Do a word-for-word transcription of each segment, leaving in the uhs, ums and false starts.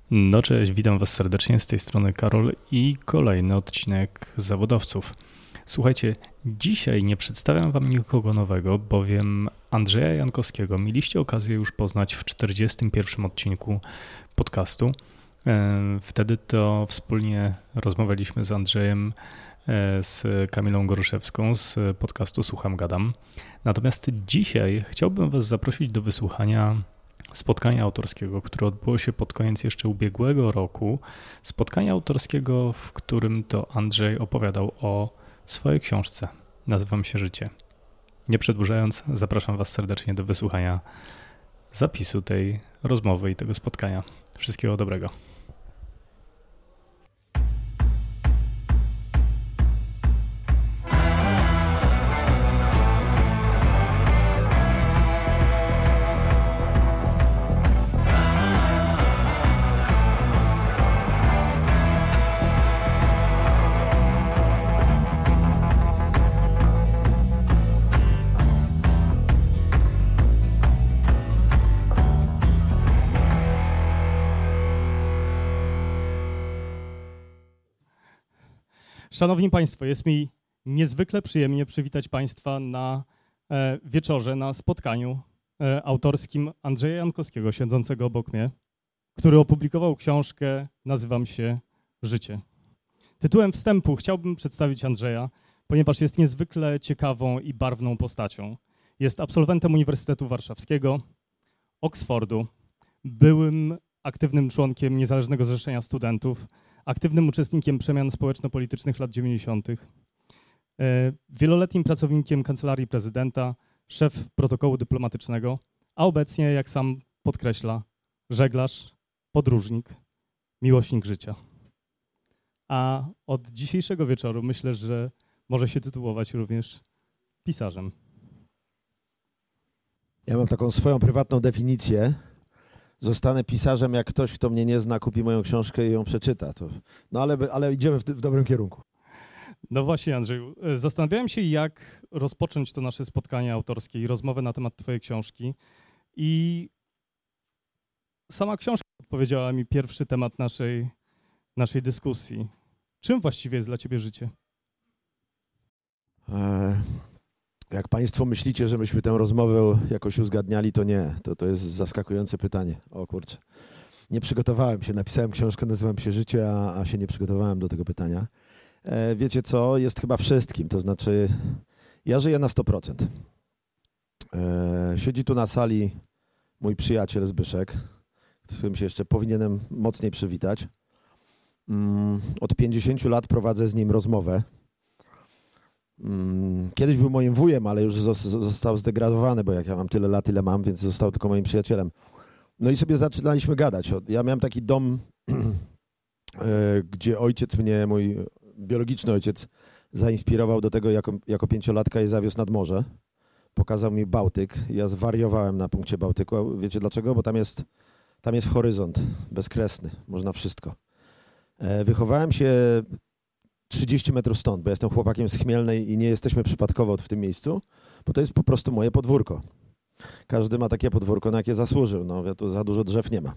No cześć, witam Was serdecznie, z tej strony Karol i kolejny odcinek Zawodowców. Słuchajcie, dzisiaj nie przedstawiam Wam nikogo nowego, bowiem Andrzeja Jankowskiego mieliście okazję już poznać w czterdziestym pierwszym odcinku podcastu. Wtedy to wspólnie rozmawialiśmy z Andrzejem, z Kamilą Goruszewską z podcastu Słucham Gadam. Natomiast dzisiaj chciałbym Was zaprosić do wysłuchania spotkania autorskiego, które odbyło się pod koniec jeszcze ubiegłego roku. Spotkania autorskiego, w którym to Andrzej opowiadał o swojej książce. Nazywam się Życie. Nie przedłużając, zapraszam Was serdecznie do wysłuchania zapisu tej rozmowy i tego spotkania. Wszystkiego dobrego. Szanowni Państwo, jest mi niezwykle przyjemnie przywitać Państwa na wieczorze, na spotkaniu autorskim Andrzeja Jankowskiego, siedzącego obok mnie, który opublikował książkę Nazywam się Życie. Tytułem wstępu chciałbym przedstawić Andrzeja, ponieważ jest niezwykle ciekawą i barwną postacią. Jest absolwentem Uniwersytetu Warszawskiego, Oksfordu, byłym aktywnym członkiem Niezależnego Zrzeszenia Studentów, aktywnym uczestnikiem przemian społeczno-politycznych lat dziewięćdziesiątych, wieloletnim pracownikiem Kancelarii Prezydenta, szef protokołu dyplomatycznego, a obecnie, jak sam podkreśla, żeglarz, podróżnik, miłośnik życia. A od dzisiejszego wieczoru myślę, że może się tytułować również pisarzem. Ja mam taką swoją prywatną definicję. Zostanę pisarzem, jak ktoś, kto mnie nie zna, kupi moją książkę i ją przeczyta. To, no ale, ale idziemy w, w dobrym kierunku. No właśnie, Andrzeju. Zastanawiałem się, jak rozpocząć to nasze spotkanie autorskie i rozmowę na temat twojej książki. I sama książka odpowiedziała mi pierwszy temat naszej, naszej dyskusji. Czym właściwie jest dla ciebie życie? Eee... Jak Państwo myślicie, że myśmy tę rozmowę jakoś uzgadniali, to nie. To, to jest zaskakujące pytanie. O kurczę. Nie przygotowałem się. Napisałem książkę, nazywam się Życie, a, a się nie przygotowałem do tego pytania. E, wiecie co? Jest chyba wszystkim. To znaczy, ja żyję na sto procent. E, siedzi tu na sali mój przyjaciel Zbyszek, z którym się jeszcze powinienem mocniej przywitać. Mm, od pięćdziesięciu lat prowadzę z nim rozmowę. Kiedyś był moim wujem, ale już został zdegradowany, bo jak ja mam tyle lat, ile mam, więc został tylko moim przyjacielem. No i sobie zaczynaliśmy gadać. Ja miałem taki dom, gdzie ojciec mnie, mój biologiczny ojciec, zainspirował do tego jako, jako pięciolatka i zawiózł nad morze. Pokazał mi Bałtyk. Ja zwariowałem na punkcie Bałtyku. Wiecie dlaczego? Bo tam jest, tam jest horyzont bezkresny. Można wszystko. Wychowałem się trzydzieści metrów stąd, bo jestem chłopakiem z Chmielnej i nie jesteśmy przypadkowo w tym miejscu, bo to jest po prostu moje podwórko. Każdy ma takie podwórko, na jakie zasłużył. No, tu za dużo drzew nie ma.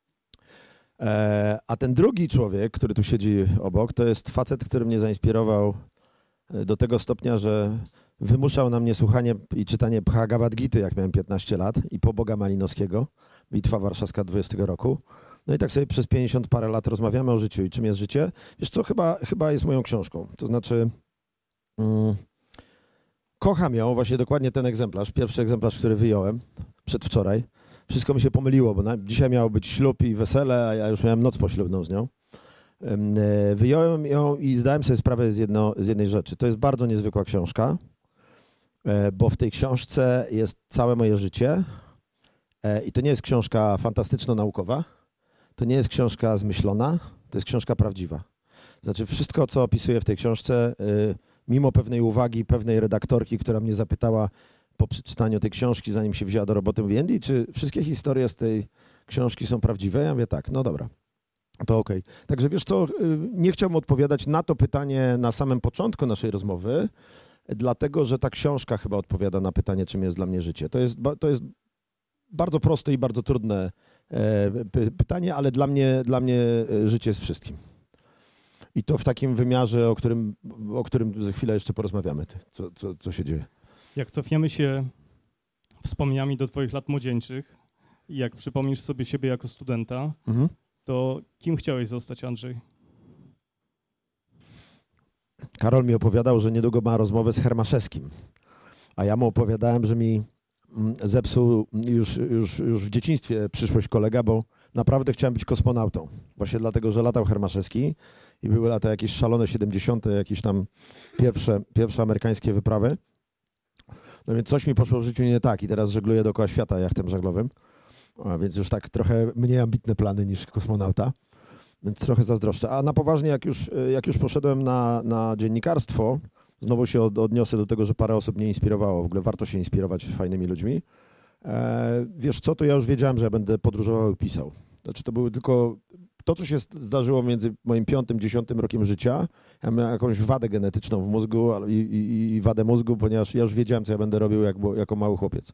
E, a ten drugi człowiek, który tu siedzi obok, to jest facet, który mnie zainspirował do tego stopnia, że wymuszał na mnie słuchanie i czytanie Bhagavad Gity, jak miałem piętnaście lat, i Po Boga Malinowskiego, Bitwa Warszawska dwudziestego roku. No i tak sobie przez pięćdziesiąt parę lat rozmawiamy o życiu i czym jest życie. Wiesz co, chyba, chyba jest moją książką. To znaczy, mm, kocham ją, właśnie dokładnie ten egzemplarz, pierwszy egzemplarz, który wyjąłem przedwczoraj. Wszystko mi się pomyliło, bo na, dzisiaj miało być ślub i wesele, a ja już miałem noc poślubną z nią. Ym, e, wyjąłem ją i zdałem sobie sprawę z, jedno, z jednej rzeczy. To jest bardzo niezwykła książka, e, bo w tej książce jest całe moje życie e, i to nie jest książka fantastyczno-naukowa. To nie jest książka zmyślona, to jest książka prawdziwa. Znaczy wszystko, co opisuję w tej książce, y, mimo pewnej uwagi, pewnej redaktorki, która mnie zapytała po przeczytaniu tej książki, zanim się wzięła do roboty, mówi: Andy, czy wszystkie historie z tej książki są prawdziwe? Ja mówię: tak, no dobra, to okej. Okay. Także wiesz co, y, nie chciałbym odpowiadać na to pytanie na samym początku naszej rozmowy, dlatego że ta książka chyba odpowiada na pytanie, czym jest dla mnie życie. To jest, to jest bardzo proste i bardzo trudne pytanie, ale dla mnie, dla mnie życie jest wszystkim. I to w takim wymiarze, o którym, o którym za chwilę jeszcze porozmawiamy, co, co, co się dzieje. Jak cofniemy się wspomnieniami do twoich lat młodzieńczych i jak przypomnisz sobie siebie jako studenta, mhm. to kim chciałeś zostać, Andrzej? Karol mi opowiadał, że niedługo ma rozmowę z Hermaszewskim, a ja mu opowiadałem, że mi zepsuł już, już, już w dzieciństwie przyszłość kolega, bo naprawdę chciałem być kosmonautą. Właśnie dlatego, że latał Hermaszewski i były lata jakieś szalone siedemdziesiąte, jakieś tam pierwsze, pierwsze amerykańskie wyprawy. No więc coś mi poszło w życiu nie tak i teraz żegluję dookoła świata jachtem żaglowym, a więc już tak trochę mniej ambitne plany niż kosmonauta, więc trochę zazdroszczę. A na poważnie, jak już, jak już poszedłem na, na dziennikarstwo, znowu się od, odniosę do tego, że parę osób mnie inspirowało. W ogóle warto się inspirować fajnymi ludźmi. E, wiesz co, to ja już wiedziałem, że ja będę podróżował i pisał. Znaczy to były tylko... To, co się zdarzyło między moim piątym, dziesiątym rokiem życia, ja miałem jakąś wadę genetyczną w mózgu i, i, i wadę mózgu, ponieważ ja już wiedziałem, co ja będę robił jak, jako mały chłopiec.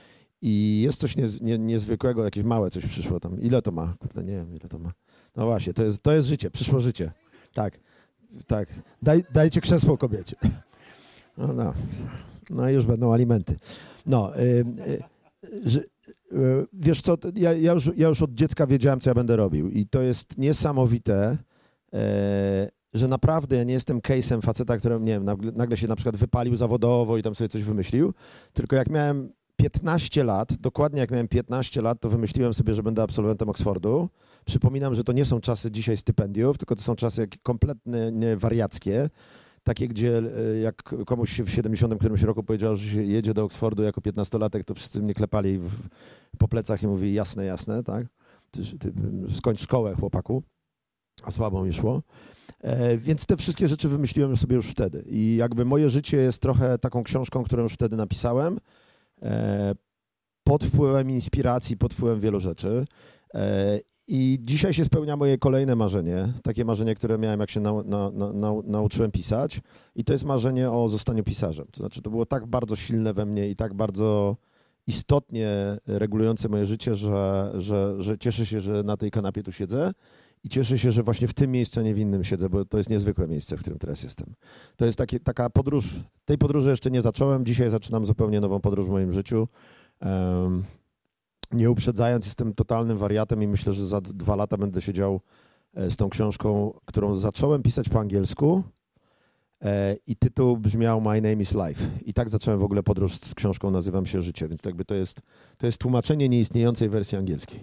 I jest coś nie, nie, niezwykłego, jakieś małe coś przyszło tam. Ile to ma? Kurde, nie wiem, ile to ma. No właśnie, to jest, to jest życie, przyszło życie. Tak, tak. Daj, dajcie krzesło kobiecie. No, no. No i już będą alimenty. No, y, y, y, y, wiesz co, ja, ja, już, ja już od dziecka wiedziałem, co ja będę robił i to jest niesamowite, y, że naprawdę ja nie jestem case'em faceta, który, nie wiem, nagle, nagle się na przykład wypalił zawodowo i tam sobie coś wymyślił, tylko jak miałem piętnaście lat, dokładnie jak miałem piętnaście lat, to wymyśliłem sobie, że będę absolwentem Oxfordu. Przypominam, że to nie są czasy dzisiaj stypendiów, tylko to są czasy kompletnie wariackie. Takie, gdzie jak komuś się w siedemdziesiątym którymś roku powiedział, że się jedzie do Oxfordu jako piętnastolatek, to wszyscy mnie klepali w, po plecach i mówili jasne, jasne, tak? Ty, ty, skończ szkołę, chłopaku. A słabo mi szło. E, więc te wszystkie rzeczy wymyśliłem sobie już wtedy. I jakby moje życie jest trochę taką książką, którą już wtedy napisałem, e, pod wpływem inspiracji, pod wpływem wielu rzeczy. E, I dzisiaj się spełnia moje kolejne marzenie, takie marzenie, które miałem, jak się nau, na, na, na, nauczyłem pisać, i to jest marzenie o zostaniu pisarzem. To znaczy, to było tak bardzo silne we mnie i tak bardzo istotnie regulujące moje życie, że, że, że cieszę się, że na tej kanapie tu siedzę i cieszę się, że właśnie w tym miejscu, a nie w innym siedzę, bo to jest niezwykłe miejsce, w którym teraz jestem. To jest takie, taka podróż, tej podróży jeszcze nie zacząłem, dzisiaj zaczynam zupełnie nową podróż w moim życiu. Um, Nie uprzedzając, jestem totalnym wariatem i myślę, że za dwa lata będę siedział z tą książką, którą zacząłem pisać po angielsku i tytuł brzmiał My Name is Life. I tak zacząłem w ogóle podróż z książką Nazywam się Życie, więc jakby to jest, to jest tłumaczenie nieistniejącej wersji angielskiej.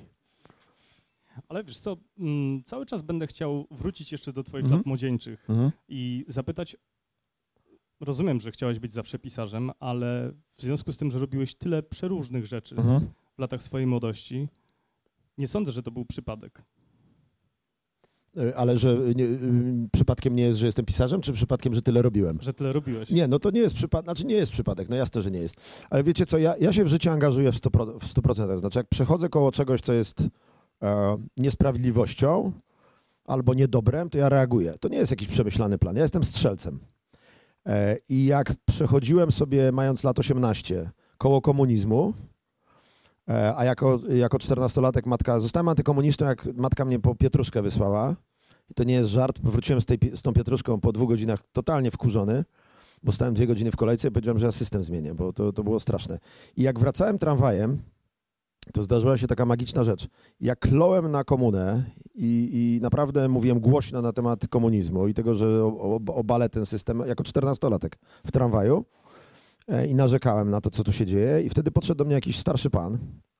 Ale wiesz co, m, cały czas będę chciał wrócić jeszcze do twoich Mhm. lat młodzieńczych Mhm. i zapytać, rozumiem, że chciałeś być zawsze pisarzem, ale w związku z tym, że robiłeś tyle przeróżnych rzeczy Mhm. w latach swojej młodości, nie sądzę, że to był przypadek. Ale że nie, przypadkiem nie jest, że jestem pisarzem, czy przypadkiem, że tyle robiłem? Że tyle robiłeś. Nie, no to nie jest przypadek, znaczy nie jest przypadek, no jasne, że nie jest. Ale wiecie co, ja, ja się w życie angażuję w sto procent, w sto procent. Znaczy jak przechodzę koło czegoś, co jest e, niesprawiedliwością albo niedobrem, to ja reaguję. To nie jest jakiś przemyślany plan, ja jestem strzelcem. E, I jak przechodziłem sobie, mając lat osiemnaście, koło komunizmu, e, a jako, jako czternastolatek matka, zostałem antykomunistą, jak matka mnie po pietruszkę wysłała. I to nie jest żart, wróciłem z, tej, z tą pietruszką po dwóch godzinach totalnie wkurzony, bo stałem dwie godziny w kolejce i powiedziałem, że ja system zmienię, bo to, to było straszne. I jak wracałem tramwajem, to zdarzyła się taka magiczna rzecz. Jak klołem na komunę i, i naprawdę mówiłem głośno na temat komunizmu i tego, że obalę ten system jako czternastolatek w tramwaju e, i narzekałem na to, co tu się dzieje, i wtedy podszedł do mnie jakiś starszy pan,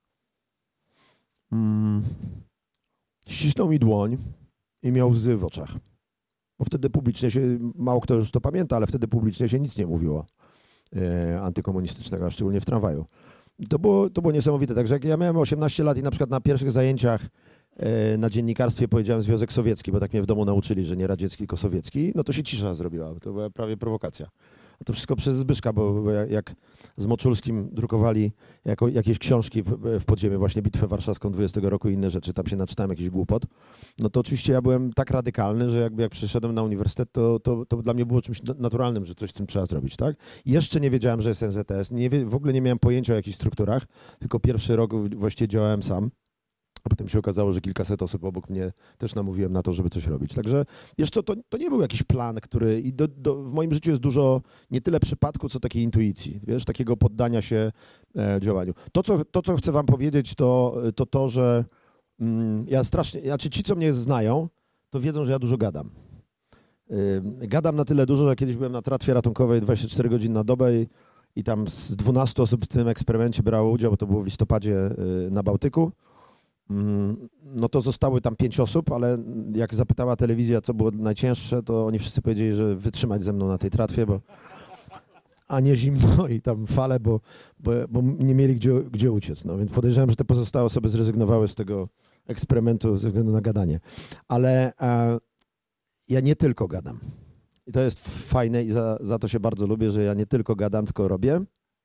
mm, ścisnął mi dłoń i miał łzy w oczach. Bo wtedy publicznie się, mało kto już to pamięta, ale wtedy publicznie się nic nie mówiło e, antykomunistycznego, a szczególnie w tramwaju. I to było, to było niesamowite. Także jak ja miałem osiemnaście lat i na przykład na pierwszych zajęciach e, na dziennikarstwie powiedziałem Związek Sowiecki, bo tak mnie w domu nauczyli, że nie radziecki, tylko sowiecki, no to się cisza zrobiła. To była prawie prowokacja. A to wszystko przez Zbyszka, bo, bo jak z Moczulskim drukowali jako, jakieś książki w, w podziemie, właśnie Bitwę Warszawską dwudziestego roku i inne rzeczy, tam się naczytałem jakiś głupot, no to oczywiście ja byłem tak radykalny, że jakby jak przyszedłem na uniwersytet, to, to, to dla mnie było czymś naturalnym, że coś z tym trzeba zrobić, tak? I jeszcze nie wiedziałem, że jest N Z S, nie, w ogóle nie miałem pojęcia o jakichś strukturach, tylko pierwszy rok właściwie działałem sam. A potem się okazało, że kilkaset osób obok mnie też namówiłem na to, żeby coś robić. Także wiesz co, to, to nie był jakiś plan, który... I do, do, w moim życiu jest dużo nie tyle przypadku, co takiej intuicji, wiesz, takiego poddania się e, działaniu. To co, to, co chcę wam powiedzieć, to to, to że mm, ja strasznie... Znaczy ci, co mnie znają, to wiedzą, że ja dużo gadam. Y, gadam na tyle dużo, że kiedyś byłem na tratwie ratunkowej dwadzieścia cztery godziny na dobę i, i tam z dwunastu osób w tym eksperymencie brało udział, bo to było w listopadzie y, na Bałtyku. No to zostały tam pięć osób, ale jak zapytała telewizja, co było najcięższe, to oni wszyscy powiedzieli, że wytrzymać ze mną na tej tratwie, bo a nie zimno i tam fale, bo, bo, bo nie mieli gdzie, gdzie uciec. No więc podejrzewam, że te pozostałe osoby zrezygnowały z tego eksperymentu ze względu na gadanie. Ale e, ja nie tylko gadam. I to jest fajne i za, za to się bardzo lubię, że ja nie tylko gadam, tylko robię.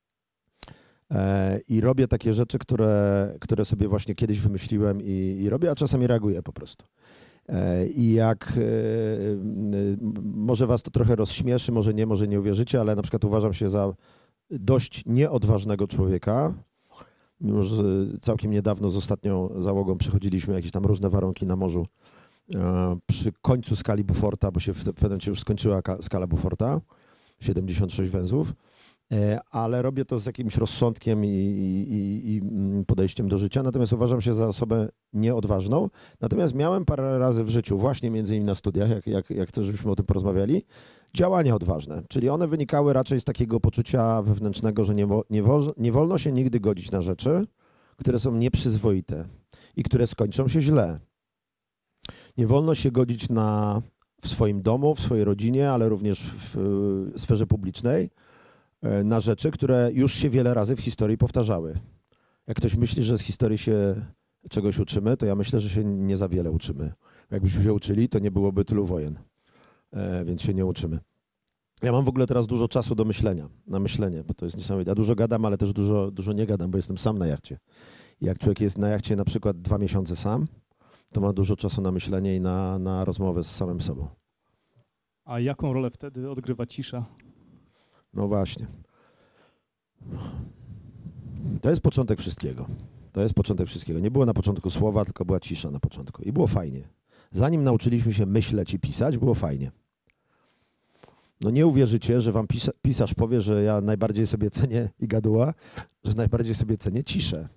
I robię takie rzeczy, które, które sobie właśnie kiedyś wymyśliłem i, i robię, a czasami reaguję po prostu. I jak może was to trochę rozśmieszy, może nie, może nie uwierzycie, ale na przykład uważam się za dość nieodważnego człowieka, mimo że całkiem niedawno z ostatnią załogą przechodziliśmy jakieś tam różne warunki na morzu przy końcu skali Beauforta, bo się w pewnym momencie już skończyła skala Beauforta, siedemdziesiąt sześć węzłów. Ale robię to z jakimś rozsądkiem i, i, i podejściem do życia, natomiast uważam się za osobę nieodważną. Natomiast miałem parę razy w życiu, właśnie między innymi na studiach, jak, jak, jak chcę, żebyśmy o tym porozmawiali, działania odważne, czyli one wynikały raczej z takiego poczucia wewnętrznego, że nie, nie, wo, nie wolno się nigdy godzić na rzeczy, które są nieprzyzwoite i które skończą się źle. Nie wolno się godzić na, w swoim domu, w swojej rodzinie, ale również w, w sferze publicznej, na rzeczy, które już się wiele razy w historii powtarzały. Jak ktoś myśli, że z historii się czegoś uczymy, to ja myślę, że się nie za wiele uczymy. Jakbyśmy się uczyli, to nie byłoby tylu wojen, e, więc się nie uczymy. Ja mam w ogóle teraz dużo czasu do myślenia, na myślenie, bo to jest niesamowite. Ja dużo gadam, ale też dużo, dużo nie gadam, bo jestem sam na jachcie. I jak człowiek jest na jachcie na przykład dwa miesiące sam, to ma dużo czasu na myślenie i na, na rozmowę z samym sobą. A jaką rolę wtedy odgrywa cisza? No właśnie. To jest początek wszystkiego. To jest początek wszystkiego. Nie było na początku słowa, tylko była cisza na początku. I było fajnie. Zanim nauczyliśmy się myśleć i pisać, było fajnie. No nie uwierzycie, że wam pisa- pisarz powie, że ja najbardziej sobie cenię i gaduła, że najbardziej sobie cenię ciszę.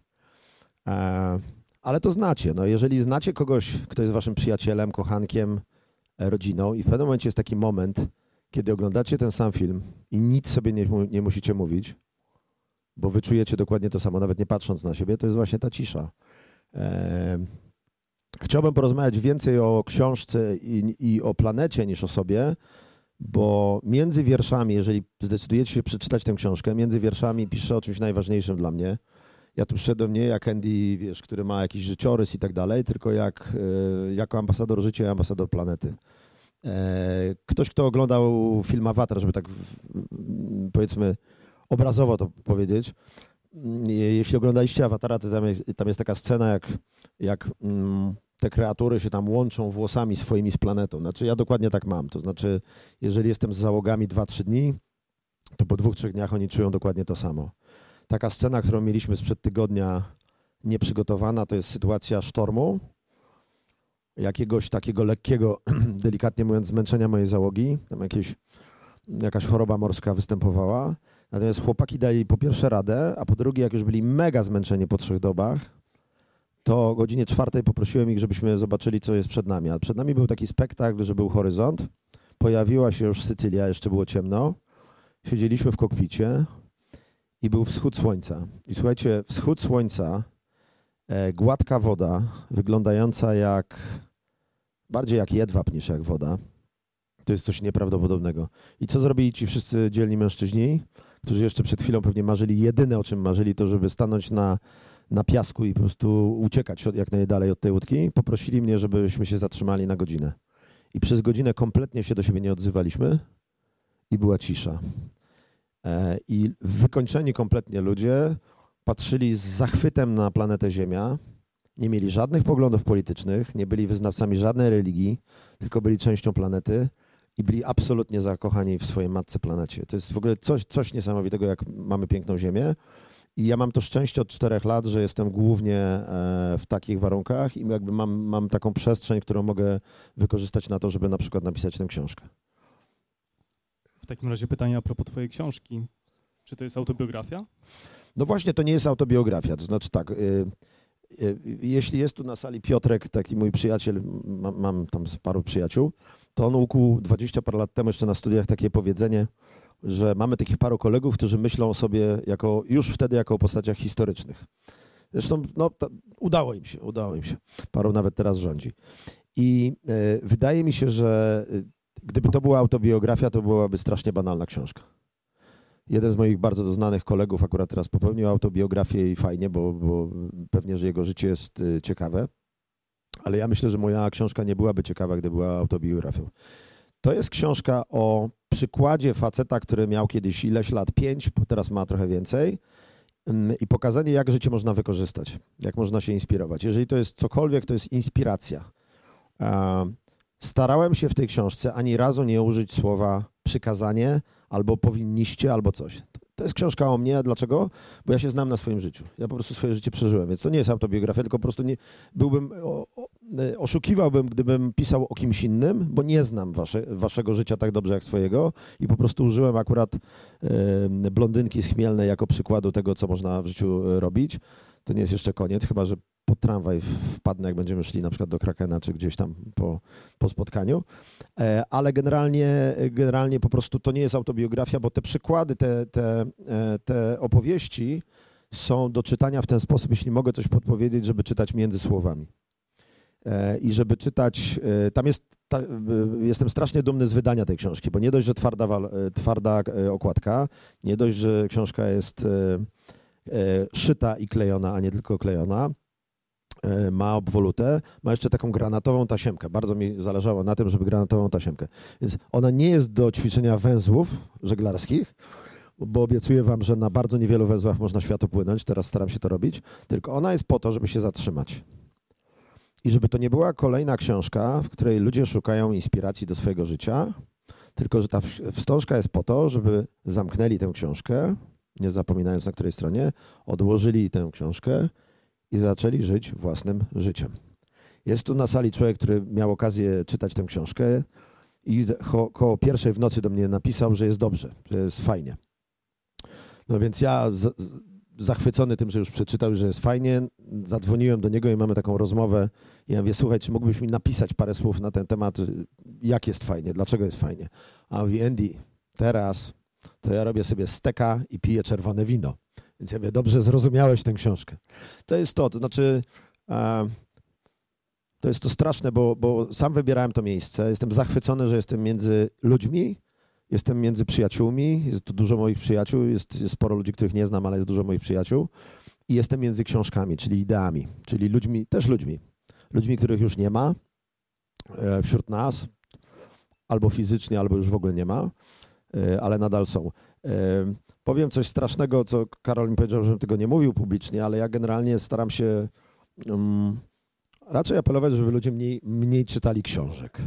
E, ale to znacie. No jeżeli znacie kogoś, kto jest waszym przyjacielem, kochankiem, rodziną i w pewnym momencie jest taki moment, kiedy oglądacie ten sam film i nic sobie nie, nie musicie mówić, bo wy czujecie dokładnie to samo, nawet nie patrząc na siebie, to jest właśnie ta cisza. Eee, chciałbym porozmawiać więcej o książce i, i o planecie niż o sobie, bo między wierszami, jeżeli zdecydujecie się przeczytać tę książkę, między wierszami piszę o czymś najważniejszym dla mnie. Ja tu przyszedłem nie jak Andy, wiesz, który ma jakiś życiorys i tak dalej, tylko jak, e, jako ambasador życia i ambasador planety. Ktoś, kto oglądał film Avatar, żeby tak powiedzmy obrazowo to powiedzieć, jeśli oglądaliście Avatara, to tam jest, tam jest taka scena, jak, jak te kreatury się tam łączą włosami swoimi z planetą. Znaczy ja dokładnie tak mam, to znaczy jeżeli jestem z załogami dwa trzy dni, to po dwóch, trzech dniach oni czują dokładnie to samo. Taka scena, którą mieliśmy sprzed tygodnia nieprzygotowana, to jest sytuacja sztormu, jakiegoś takiego lekkiego, delikatnie mówiąc, zmęczenia mojej załogi. Tam jakieś, jakaś choroba morska występowała. Natomiast chłopaki dali po pierwsze radę, a po drugie, jak już byli mega zmęczeni po trzech dobach, to o godzinie czwartej poprosiłem ich, żebyśmy zobaczyli, co jest przed nami. A przed nami był taki spektakl, że był horyzont. Pojawiła się już Sycylia, jeszcze było ciemno. Siedzieliśmy w kokpicie i był wschód słońca. I słuchajcie, wschód słońca, e, gładka woda, wyglądająca jak bardziej jak jedwab niż jak woda. To jest coś nieprawdopodobnego. I co zrobili ci wszyscy dzielni mężczyźni, którzy jeszcze przed chwilą pewnie marzyli, jedyne o czym marzyli, to żeby stanąć na, na piasku i po prostu uciekać od, jak najdalej od tej łódki. Poprosili mnie, żebyśmy się zatrzymali na godzinę. I przez godzinę kompletnie się do siebie nie odzywaliśmy i była cisza. E, I wykończeni kompletnie ludzie patrzyli z zachwytem na planetę Ziemia. Nie mieli żadnych poglądów politycznych, nie byli wyznawcami żadnej religii, tylko byli częścią planety i byli absolutnie zakochani w swojej matce planecie. To jest w ogóle coś, coś niesamowitego, jak mamy piękną Ziemię I ja mam to szczęście od czterech lat, że jestem głównie w takich warunkach i jakby mam, mam taką przestrzeń, którą mogę wykorzystać na to, żeby na przykład napisać tę książkę. W takim razie pytanie a propos twojej książki. Czy to jest autobiografia? No właśnie, to nie jest autobiografia. To znaczy tak, y, y, jeśli jest tu na sali Piotrek, taki mój przyjaciel, mam, mam tam paru przyjaciół, to on ukuł dwadzieścia parę lat temu jeszcze na studiach takie powiedzenie, że mamy takich paru kolegów, którzy myślą o sobie jako, już wtedy jako o postaciach historycznych. Zresztą no, to, udało im się, udało im się. Paru nawet teraz rządzi. I y, wydaje mi się, że y, gdyby to była autobiografia, to byłaby strasznie banalna książka. Jeden z moich bardzo znanych kolegów akurat teraz popełnił autobiografię i fajnie, bo, bo pewnie, że jego życie jest y, ciekawe. Ale ja myślę, że moja książka nie byłaby ciekawa, gdyby była autobiografią. To jest książka o przykładzie faceta, który miał kiedyś ileś lat, pięć, teraz ma trochę więcej, i pokazanie, jak życie można wykorzystać, jak można się inspirować. Jeżeli to jest cokolwiek, to jest inspiracja. Starałem się w tej książce ani razu nie użyć słowa przykazanie, albo powinniście, albo coś. To jest książka o mnie. Dlaczego? Bo ja się znam na swoim życiu. Ja po prostu swoje życie przeżyłem, więc to nie jest autobiografia, tylko po prostu nie, byłbym, o, o, oszukiwałbym, gdybym pisał o kimś innym, bo nie znam wasze, waszego życia tak dobrze jak swojego i po prostu użyłem akurat y, blondynki z Chmielnej jako przykładu tego, co można w życiu robić. To nie jest jeszcze koniec, chyba że pod tramwaj wpadnę, jak będziemy szli na przykład do Krakena, czy gdzieś tam po, po spotkaniu. Ale generalnie, generalnie po prostu to nie jest autobiografia, bo te przykłady, te, te, te opowieści są do czytania w ten sposób, jeśli mogę coś podpowiedzieć, żeby czytać między słowami. I żeby czytać, tam jest, ta, jestem strasznie dumny z wydania tej książki, bo nie dość, że twarda, twarda okładka, nie dość, że książka jest szyta i klejona, a nie tylko klejona, ma obwolutę, ma jeszcze taką granatową tasiemkę. Bardzo mi zależało na tym, żeby granatową tasiemkę. Więc ona nie jest do ćwiczenia węzłów żeglarskich, bo obiecuję wam, że na bardzo niewielu węzłach można światło płynąć, teraz staram się to robić, tylko ona jest po to, żeby się zatrzymać. I żeby to nie była kolejna książka, w której ludzie szukają inspiracji do swojego życia, tylko że ta wstążka jest po to, żeby zamknęli tę książkę, nie zapominając na której stronie, odłożyli tę książkę i zaczęli żyć własnym życiem. Jest tu na sali człowiek, który miał okazję czytać tę książkę i koło pierwszej w nocy do mnie napisał, że jest dobrze, że jest fajnie. No więc ja z, zachwycony tym, że już przeczytał, że jest fajnie, zadzwoniłem do niego i mamy taką rozmowę. I ja mówię, słuchaj, czy mógłbyś mi napisać parę słów na ten temat, jak jest fajnie, dlaczego jest fajnie. A on mówi, Andy, teraz to ja robię sobie steka i piję czerwone wino. Więc ja mówię, dobrze zrozumiałeś tę książkę. To jest to, to znaczy e, to jest to straszne, bo, bo sam wybierałem to miejsce. Jestem zachwycony, że jestem między ludźmi, jestem między przyjaciółmi, jest tu dużo moich przyjaciół, jest, jest sporo ludzi, których nie znam, ale jest dużo moich przyjaciół. I jestem między książkami, czyli ideami, czyli ludźmi, też ludźmi. Ludźmi, których już nie ma e, wśród nas, albo fizycznie, albo już w ogóle nie ma, e, ale nadal są. E, Powiem coś strasznego, co Karol mi powiedział, żebym tego nie mówił publicznie, ale ja generalnie staram się um, raczej apelować, żeby ludzie mniej, mniej czytali książek.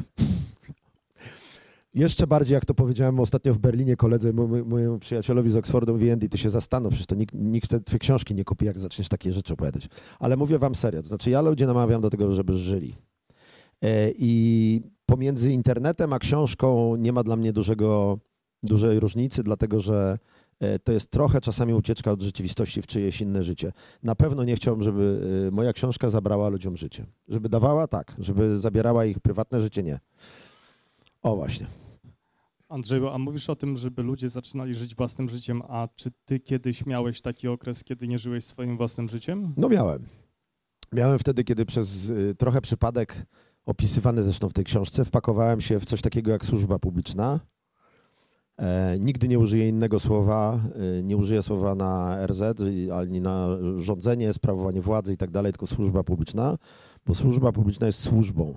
Jeszcze bardziej, jak to powiedziałem ostatnio w Berlinie koledze, mojemu, mojemu przyjacielowi z Oxfordu, mówi, Andy, ty się zastanów, przecież to nikt, nikt wtedy twoje książki nie kupi, jak zaczniesz takie rzeczy opowiadać. Ale mówię wam serio, to znaczy ja ludzi namawiam do tego, żeby żyli. E, I pomiędzy internetem a książką nie ma dla mnie dużego, dużej różnicy, dlatego że to jest trochę czasami ucieczka od rzeczywistości w czyjeś inne życie. Na pewno nie chciałbym, żeby moja książka zabrała ludziom życie. Żeby dawała, tak. Żeby zabierała ich prywatne życie, nie. O właśnie. Andrzeju, a mówisz o tym, żeby ludzie zaczynali żyć własnym życiem, a czy ty kiedyś miałeś taki okres, kiedy nie żyłeś swoim własnym życiem? No miałem. Miałem wtedy, kiedy przez y, trochę przypadek, opisywany zresztą w tej książce, wpakowałem się w coś takiego jak służba publiczna. E, nigdy nie użyję innego słowa, e, nie użyję słowa na R Z, ani na rządzenie, sprawowanie władzy i tak dalej, tylko służba publiczna, bo służba publiczna jest służbą.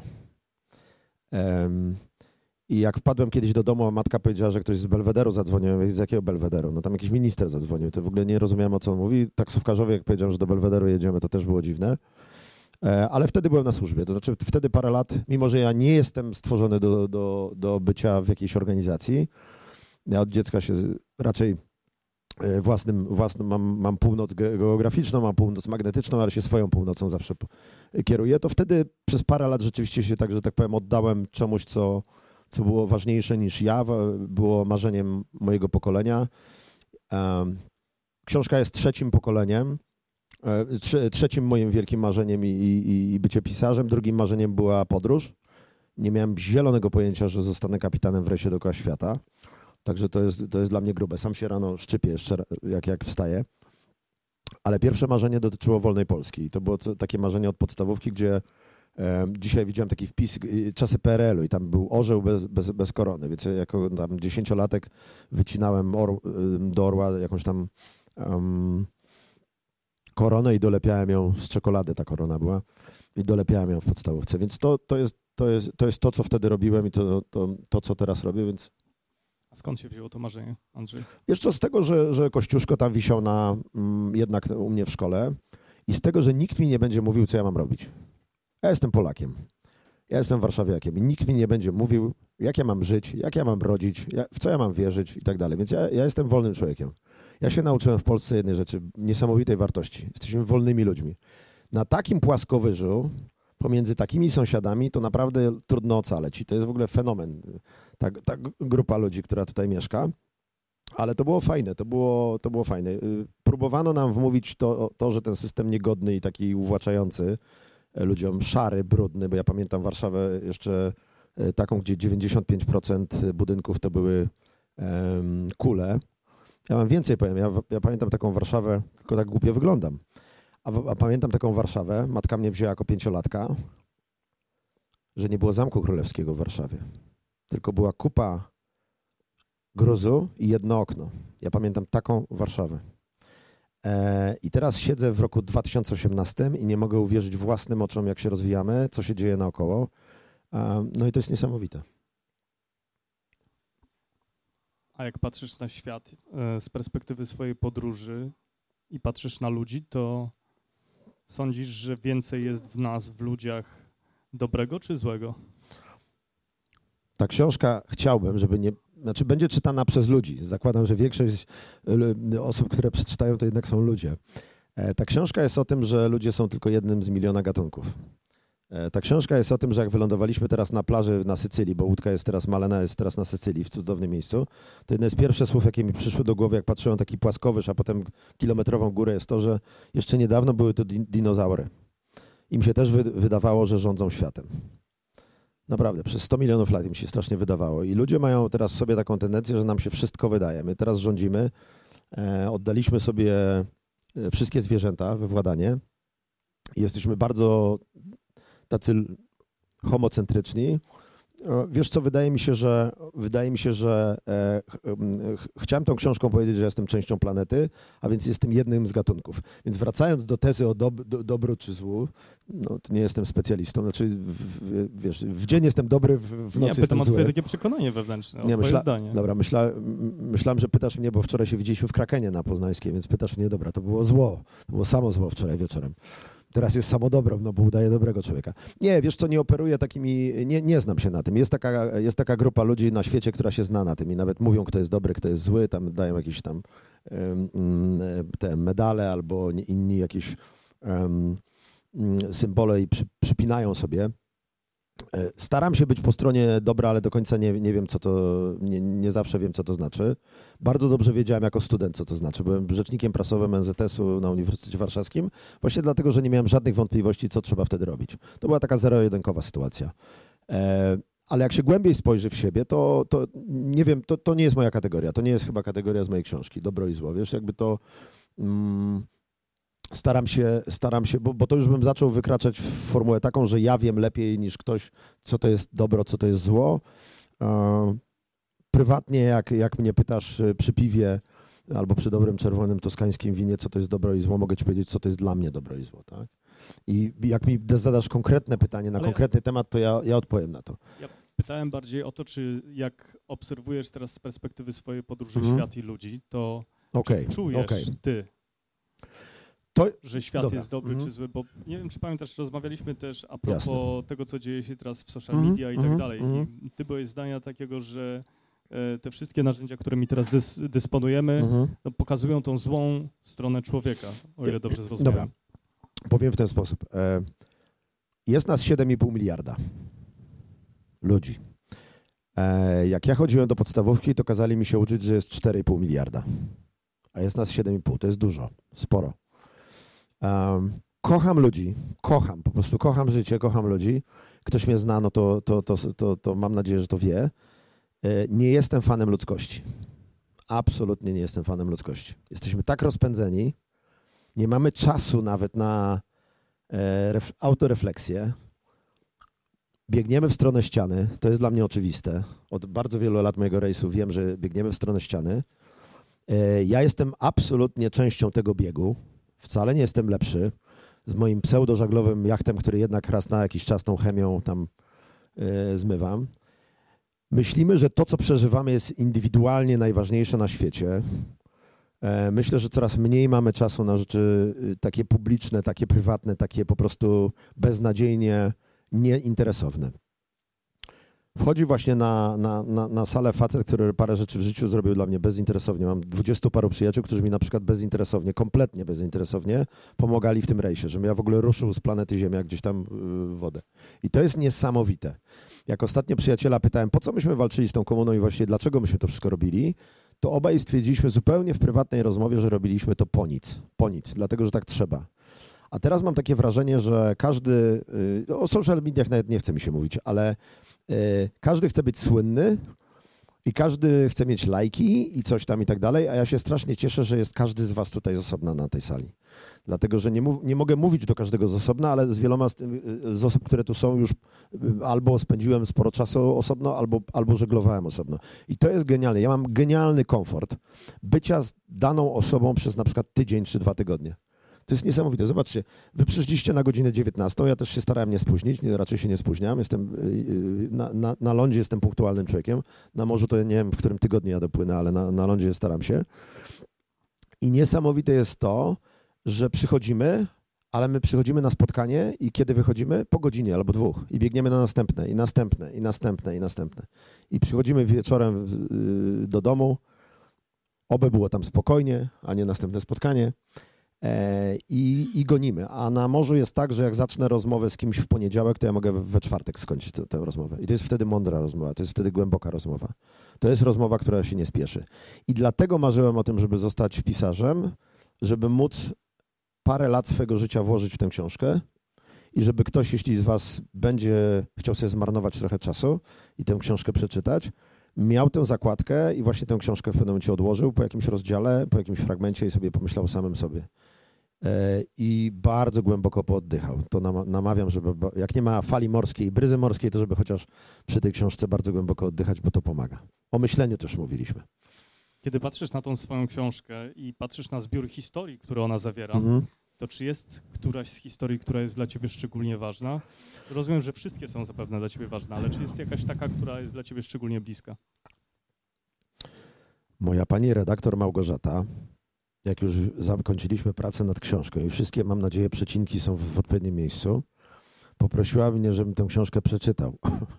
E, I jak wpadłem kiedyś do domu, a matka powiedziała, że ktoś z Belwederu zadzwonił. Ja mówię, z jakiego Belwederu? No tam jakiś minister zadzwonił. To w ogóle nie rozumiałem, o co on mówi. Taksówkarzowi, jak powiedziałem, że do Belwederu jedziemy, to też było dziwne. E, ale wtedy byłem na służbie. To znaczy wtedy parę lat, mimo że ja nie jestem stworzony do, do, do bycia w jakiejś organizacji, ja od dziecka się raczej własnym, własnym mam, mam północ geograficzną, mam północ magnetyczną, ale się swoją północą zawsze kieruję, to wtedy przez parę lat rzeczywiście się tak, że tak powiem, oddałem czemuś, co, co było ważniejsze niż ja, było marzeniem mojego pokolenia. Książka jest trzecim pokoleniem, trze, trzecim moim wielkim marzeniem i, i, i bycie pisarzem, drugim marzeniem była podróż. Nie miałem zielonego pojęcia, że zostanę kapitanem w rejsie dookoła świata. Także to jest, to jest dla mnie grube. Sam się rano szczypię jeszcze, jak, jak wstaję. Ale pierwsze marzenie dotyczyło wolnej Polski. I to było takie marzenie od podstawówki, gdzie e, dzisiaj widziałem taki wpis, e, czasy P R L u i tam był orzeł bez, bez, bez korony. Więc ja jako tam dziesięciolatek wycinałem or, do orła jakąś tam um, koronę i dolepiałem ją z czekolady, ta korona była. I dolepiałem ją w podstawówce. Więc to, to, jest, to, jest, to jest to, co wtedy robiłem i to, to, to co teraz robię, więc... A skąd się wzięło to marzenie, Andrzej? Jeszcze z tego, że, że Kościuszko tam wisiał na, mm, jednak u mnie w szkole i z tego, że nikt mi nie będzie mówił, co ja mam robić. Ja jestem Polakiem. Ja jestem warszawiakiem i nikt mi nie będzie mówił, jak ja mam żyć, jak ja mam rodzić, jak, w co ja mam wierzyć i tak dalej. Więc ja, ja jestem wolnym człowiekiem. Ja się nauczyłem w Polsce jednej rzeczy, niesamowitej wartości. Jesteśmy wolnymi ludźmi. Na takim płaskowyżu, pomiędzy takimi sąsiadami, to naprawdę trudno ocaleć. I to jest w ogóle fenomen, ta, ta grupa ludzi, która tutaj mieszka. Ale to było fajne, to było, to było fajne. Próbowano nam wmówić to, to, że ten system niegodny i taki uwłaczający ludziom, szary, brudny, bo ja pamiętam Warszawę jeszcze taką, gdzie dziewięćdziesiąt pięć procent budynków to były um, kule. Ja wam więcej powiem, ja, ja pamiętam taką Warszawę, tylko tak głupio wyglądam. A, a pamiętam taką Warszawę, matka mnie wzięła jako pięciolatka, że nie było Zamku Królewskiego w Warszawie, tylko była kupa gruzu i jedno okno. Ja pamiętam taką Warszawę. E, I teraz siedzę w roku dwa tysiące osiemnastym i nie mogę uwierzyć własnym oczom, jak się rozwijamy, co się dzieje naokoło. E, no i to jest niesamowite. A jak patrzysz na świat e, z perspektywy swojej podróży i patrzysz na ludzi, to sądzisz, że więcej jest w nas, w ludziach, dobrego czy złego? Ta książka chciałbym, żeby nie... Znaczy będzie czytana przez ludzi. Zakładam, że większość osób, które przeczytają, to jednak są ludzie. Ta książka jest o tym, że ludzie są tylko jednym z miliona gatunków. Ta książka jest o tym, że jak wylądowaliśmy teraz na plaży na Sycylii, bo łódka jest teraz, Malena jest teraz na Sycylii, w cudownym miejscu, to jedno z pierwszych słów, jakie mi przyszły do głowy, jak patrzyłem na taki płaskowyż, a potem kilometrową górę, jest to, że jeszcze niedawno były to dinozaury. Im się też wy wydawało, że rządzą światem. Naprawdę, przez sto milionów lat im się strasznie wydawało. I ludzie mają teraz w sobie taką tendencję, że nam się wszystko wydaje. My teraz rządzimy, e, oddaliśmy sobie wszystkie zwierzęta we władanie. Jesteśmy bardzo tacy homocentryczni. Wiesz co, wydaje mi się, że wydaje mi się, że e, ch ch chciałem tą książką powiedzieć, że jestem częścią planety, a więc jestem jednym z gatunków. Więc wracając do tezy o dob do, dobru czy złu, no to nie jestem specjalistą. Znaczy, w, w, wiesz, w dzień jestem dobry, w, w nocy ja jestem pytam zły. o twoje takie przekonanie wewnętrzne, o nie, twoje myśla zdanie. Dobra, myśla myślałem, że pytasz mnie, bo wczoraj się widzieliśmy w Krakenie na Poznańskiej, więc pytasz mnie, dobra, to było zło. To było samo zło wczoraj wieczorem. Teraz jest samo dobro, no bo udaje dobrego człowieka. Nie, wiesz co, nie operuję takimi, nie, nie znam się na tym. Jest taka, jest taka grupa ludzi na świecie, która się zna na tym i nawet mówią, kto jest dobry, kto jest zły, tam dają jakieś tam um, te medale albo inni jakieś um, symbole i przy, przypinają sobie. Staram się być po stronie dobra, ale do końca nie, nie wiem, co to, nie, nie zawsze wiem, co to znaczy. Bardzo dobrze wiedziałem jako student, co to znaczy. Byłem rzecznikiem prasowym N Z S u na Uniwersytecie Warszawskim, właśnie dlatego, że nie miałem żadnych wątpliwości, co trzeba wtedy robić. To była taka zero-jedynkowa sytuacja. E, ale jak się głębiej spojrzy w siebie, to, to nie wiem, to, to nie jest moja kategoria. To nie jest chyba kategoria z mojej książki, dobro i zło. Wiesz, jakby to... Mm, Staram się, staram się, bo, bo to już bym zaczął wykraczać w formułę taką, że ja wiem lepiej niż ktoś, co to jest dobro, co to jest zło. E, prywatnie, jak, jak mnie pytasz przy piwie albo przy dobrym czerwonym toskańskim winie, co to jest dobro i zło, mogę ci powiedzieć, co to jest dla mnie dobro i zło. Tak? I jak mi zadasz konkretne pytanie na Ale konkretny ja, temat, to ja, ja odpowiem na to. Ja pytałem bardziej o to, czy jak obserwujesz teraz z perspektywy swojej podróży mm. świat i ludzi, to okay, czujesz okay. ty, To, że świat dobra. jest dobry mm. czy zły, bo nie wiem, czy pamiętasz, rozmawialiśmy też a propos Jasne. tego, co dzieje się teraz w social media mm, i tak mm, dalej. Mm. I ty byłeś zdania takiego, że te wszystkie narzędzia, którymi teraz dys, dysponujemy, Mhm. no, pokazują tą złą stronę człowieka, o ile dobrze zrozumiałem. Dobra, powiem w ten sposób. Jest nas siedem i pół miliarda ludzi. Jak ja chodziłem do podstawówki, to kazali mi się uczyć, że jest cztery i pół miliarda. A jest nas siedem i pół. To jest dużo, sporo. Um, kocham ludzi, kocham, po prostu kocham życie, kocham ludzi. Ktoś mnie zna, no to, to, to, to, to mam nadzieję, że to wie. Nie jestem fanem ludzkości. Absolutnie nie jestem fanem ludzkości. Jesteśmy tak rozpędzeni, nie mamy czasu nawet na e, ref, autorefleksję. Biegniemy w stronę ściany, to jest dla mnie oczywiste. Od bardzo wielu lat mojego rejsu wiem, że biegniemy w stronę ściany. E, ja jestem absolutnie częścią tego biegu. Wcale nie jestem lepszy. Z moim pseudożaglowym jachtem, który jednak raz na jakiś czas tą chemią tam e, zmywam. Myślimy, że to, co przeżywamy, jest indywidualnie najważniejsze na świecie. Myślę, że coraz mniej mamy czasu na rzeczy takie publiczne, takie prywatne, takie po prostu beznadziejnie nieinteresowne. Wchodzi właśnie na, na, na, na salę facet, który parę rzeczy w życiu zrobił dla mnie bezinteresownie. Mam dwudziestu paru przyjaciół, którzy mi na przykład bezinteresownie, kompletnie bezinteresownie pomagali w tym rejsie, żebym ja w ogóle ruszył z planety Ziemia gdzieś tam w wodę. I to jest niesamowite. Jak ostatnio przyjaciela pytałem, po co myśmy walczyli z tą komuną i właśnie dlaczego myśmy to wszystko robili, to obaj stwierdziliśmy zupełnie w prywatnej rozmowie, że robiliśmy to po nic. Po nic, dlatego że tak trzeba. A teraz mam takie wrażenie, że każdy, o social mediach nawet nie chce mi się mówić, ale każdy chce być słynny i każdy chce mieć lajki i coś tam i tak dalej, a ja się strasznie cieszę, że jest każdy z was tutaj z osobna na tej sali. Dlatego, że nie, mów, nie mogę mówić do każdego z osobna, ale z wieloma z, z osób, które tu są, już albo spędziłem sporo czasu osobno, albo, albo żeglowałem osobno. I to jest genialne. Ja mam genialny komfort bycia z daną osobą przez na przykład tydzień czy dwa tygodnie. To jest niesamowite. Zobaczcie, wy przyszliście na godzinę dziewiętnastą, ja też się starałem nie spóźnić, nie, raczej się nie spóźniam. Jestem, na, na, na lądzie jestem punktualnym człowiekiem. Na morzu to nie wiem, w którym tygodniu ja dopłynę, ale na, na lądzie staram się. I niesamowite jest to, że przychodzimy, ale my przychodzimy na spotkanie i kiedy wychodzimy? Po godzinie albo dwóch. I biegniemy na następne, i następne, i następne, i następne. I przychodzimy wieczorem do domu, oby było tam spokojnie, a nie następne spotkanie. I, i gonimy. A na morzu jest tak, że jak zacznę rozmowę z kimś w poniedziałek, to ja mogę we czwartek skończyć tę, tę rozmowę. I to jest wtedy mądra rozmowa, to jest wtedy głęboka rozmowa. To jest rozmowa, która się nie spieszy. I dlatego marzyłem o tym, żeby zostać pisarzem, żeby móc parę lat swojego życia włożyć w tę książkę i żeby ktoś, jeśli z was będzie chciał sobie zmarnować trochę czasu i tę książkę przeczytać, miał tę zakładkę i właśnie tę książkę w pewnym momencie odłożył po jakimś rozdziale, po jakimś fragmencie i sobie pomyślał o samym sobie. I bardzo głęboko pooddychał. To namawiam, żeby, jak nie ma fali morskiej, bryzy morskiej, to żeby chociaż przy tej książce bardzo głęboko oddychać, bo to pomaga. O myśleniu też mówiliśmy. Kiedy patrzysz na tą swoją książkę i patrzysz na zbiór historii, które ona zawiera, Mhm. to czy jest któraś z historii, która jest dla ciebie szczególnie ważna? Rozumiem, że wszystkie są zapewne dla ciebie ważne, ale czy jest jakaś taka, która jest dla ciebie szczególnie bliska? Moja pani redaktor Małgorzata, jak już zakończyliśmy pracę nad książką i wszystkie, mam nadzieję, przecinki są w odpowiednim miejscu, poprosiła mnie, żebym tę książkę przeczytał.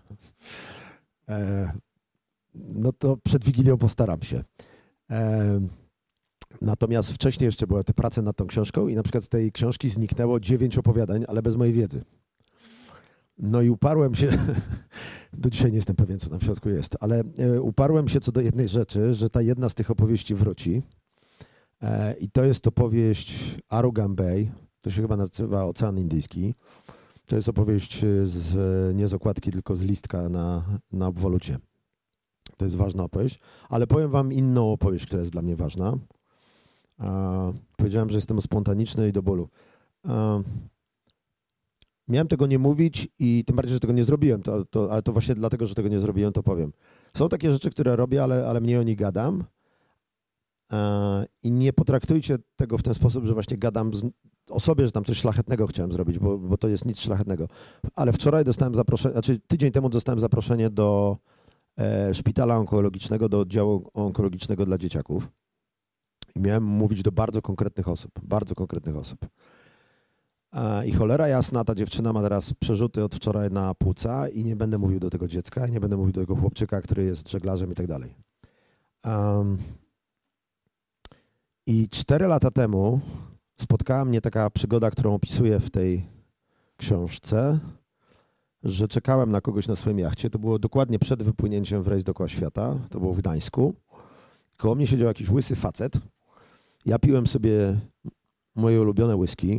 e, no to przed Wigilią postaram się. E, natomiast wcześniej jeszcze były te prace nad tą książką i na przykład z tej książki zniknęło dziewięć opowiadań, ale bez mojej wiedzy. No i uparłem się, do dzisiaj nie jestem pewien, co tam w środku jest, ale uparłem się co do jednej rzeczy, że ta jedna z tych opowieści wróci. I to jest opowieść Arugan Bay, to się chyba nazywa Ocean Indyjski. To jest opowieść z, nie z okładki, tylko z listka na, na obwolucie. To jest ważna opowieść, ale powiem wam inną opowieść, która jest dla mnie ważna. Powiedziałem, że jestem spontaniczny i do bólu. Miałem tego nie mówić i tym bardziej, że tego nie zrobiłem, to, to, ale to właśnie dlatego, że tego nie zrobiłem, to powiem. Są takie rzeczy, które robię, ale, ale mniej o nich gadam e, i nie potraktujcie tego w ten sposób, że właśnie gadam z, o sobie, że tam coś szlachetnego chciałem zrobić, bo, bo to jest nic szlachetnego. Ale wczoraj dostałem zaproszenie, znaczy tydzień temu dostałem zaproszenie do e, szpitala onkologicznego, do oddziału onkologicznego dla dzieciaków i miałem mówić do bardzo konkretnych osób, bardzo konkretnych osób. I cholera jasna, ta dziewczyna ma teraz przerzuty od wczoraj na płuca i nie będę mówił do tego dziecka, nie będę mówił do tego chłopczyka, który jest żeglarzem i tak dalej. Um, I cztery lata temu spotkała mnie taka przygoda, którą opisuję w tej książce, że czekałem na kogoś na swoim jachcie. To było dokładnie przed wypłynięciem w rejs dookoła świata. To było w Gdańsku. Koło mnie siedział jakiś łysy facet. Ja piłem sobie moje ulubione whisky.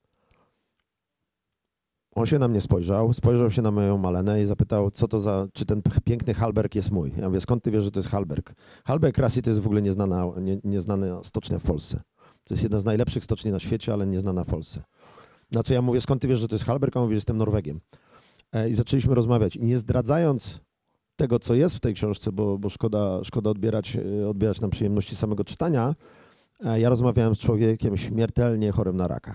On się na mnie spojrzał, spojrzał się na moją Malenę i zapytał, co to za, czy ten piękny Hallberg jest mój. Ja mówię, skąd ty wiesz, że to jest Hallberg? Hallberg Rassi to jest w ogóle nieznana, nie, nieznana stocznia w Polsce. To jest jedna z najlepszych stoczni na świecie, ale nieznana w Polsce. Na co ja mówię, skąd ty wiesz, że to jest Hallberg? A on mówi, że jestem Norwegiem. I zaczęliśmy rozmawiać. I nie zdradzając tego, co jest w tej książce, bo, bo szkoda, szkoda odbierać, odbierać nam przyjemności samego czytania, ja rozmawiałem z człowiekiem śmiertelnie chorym na raka.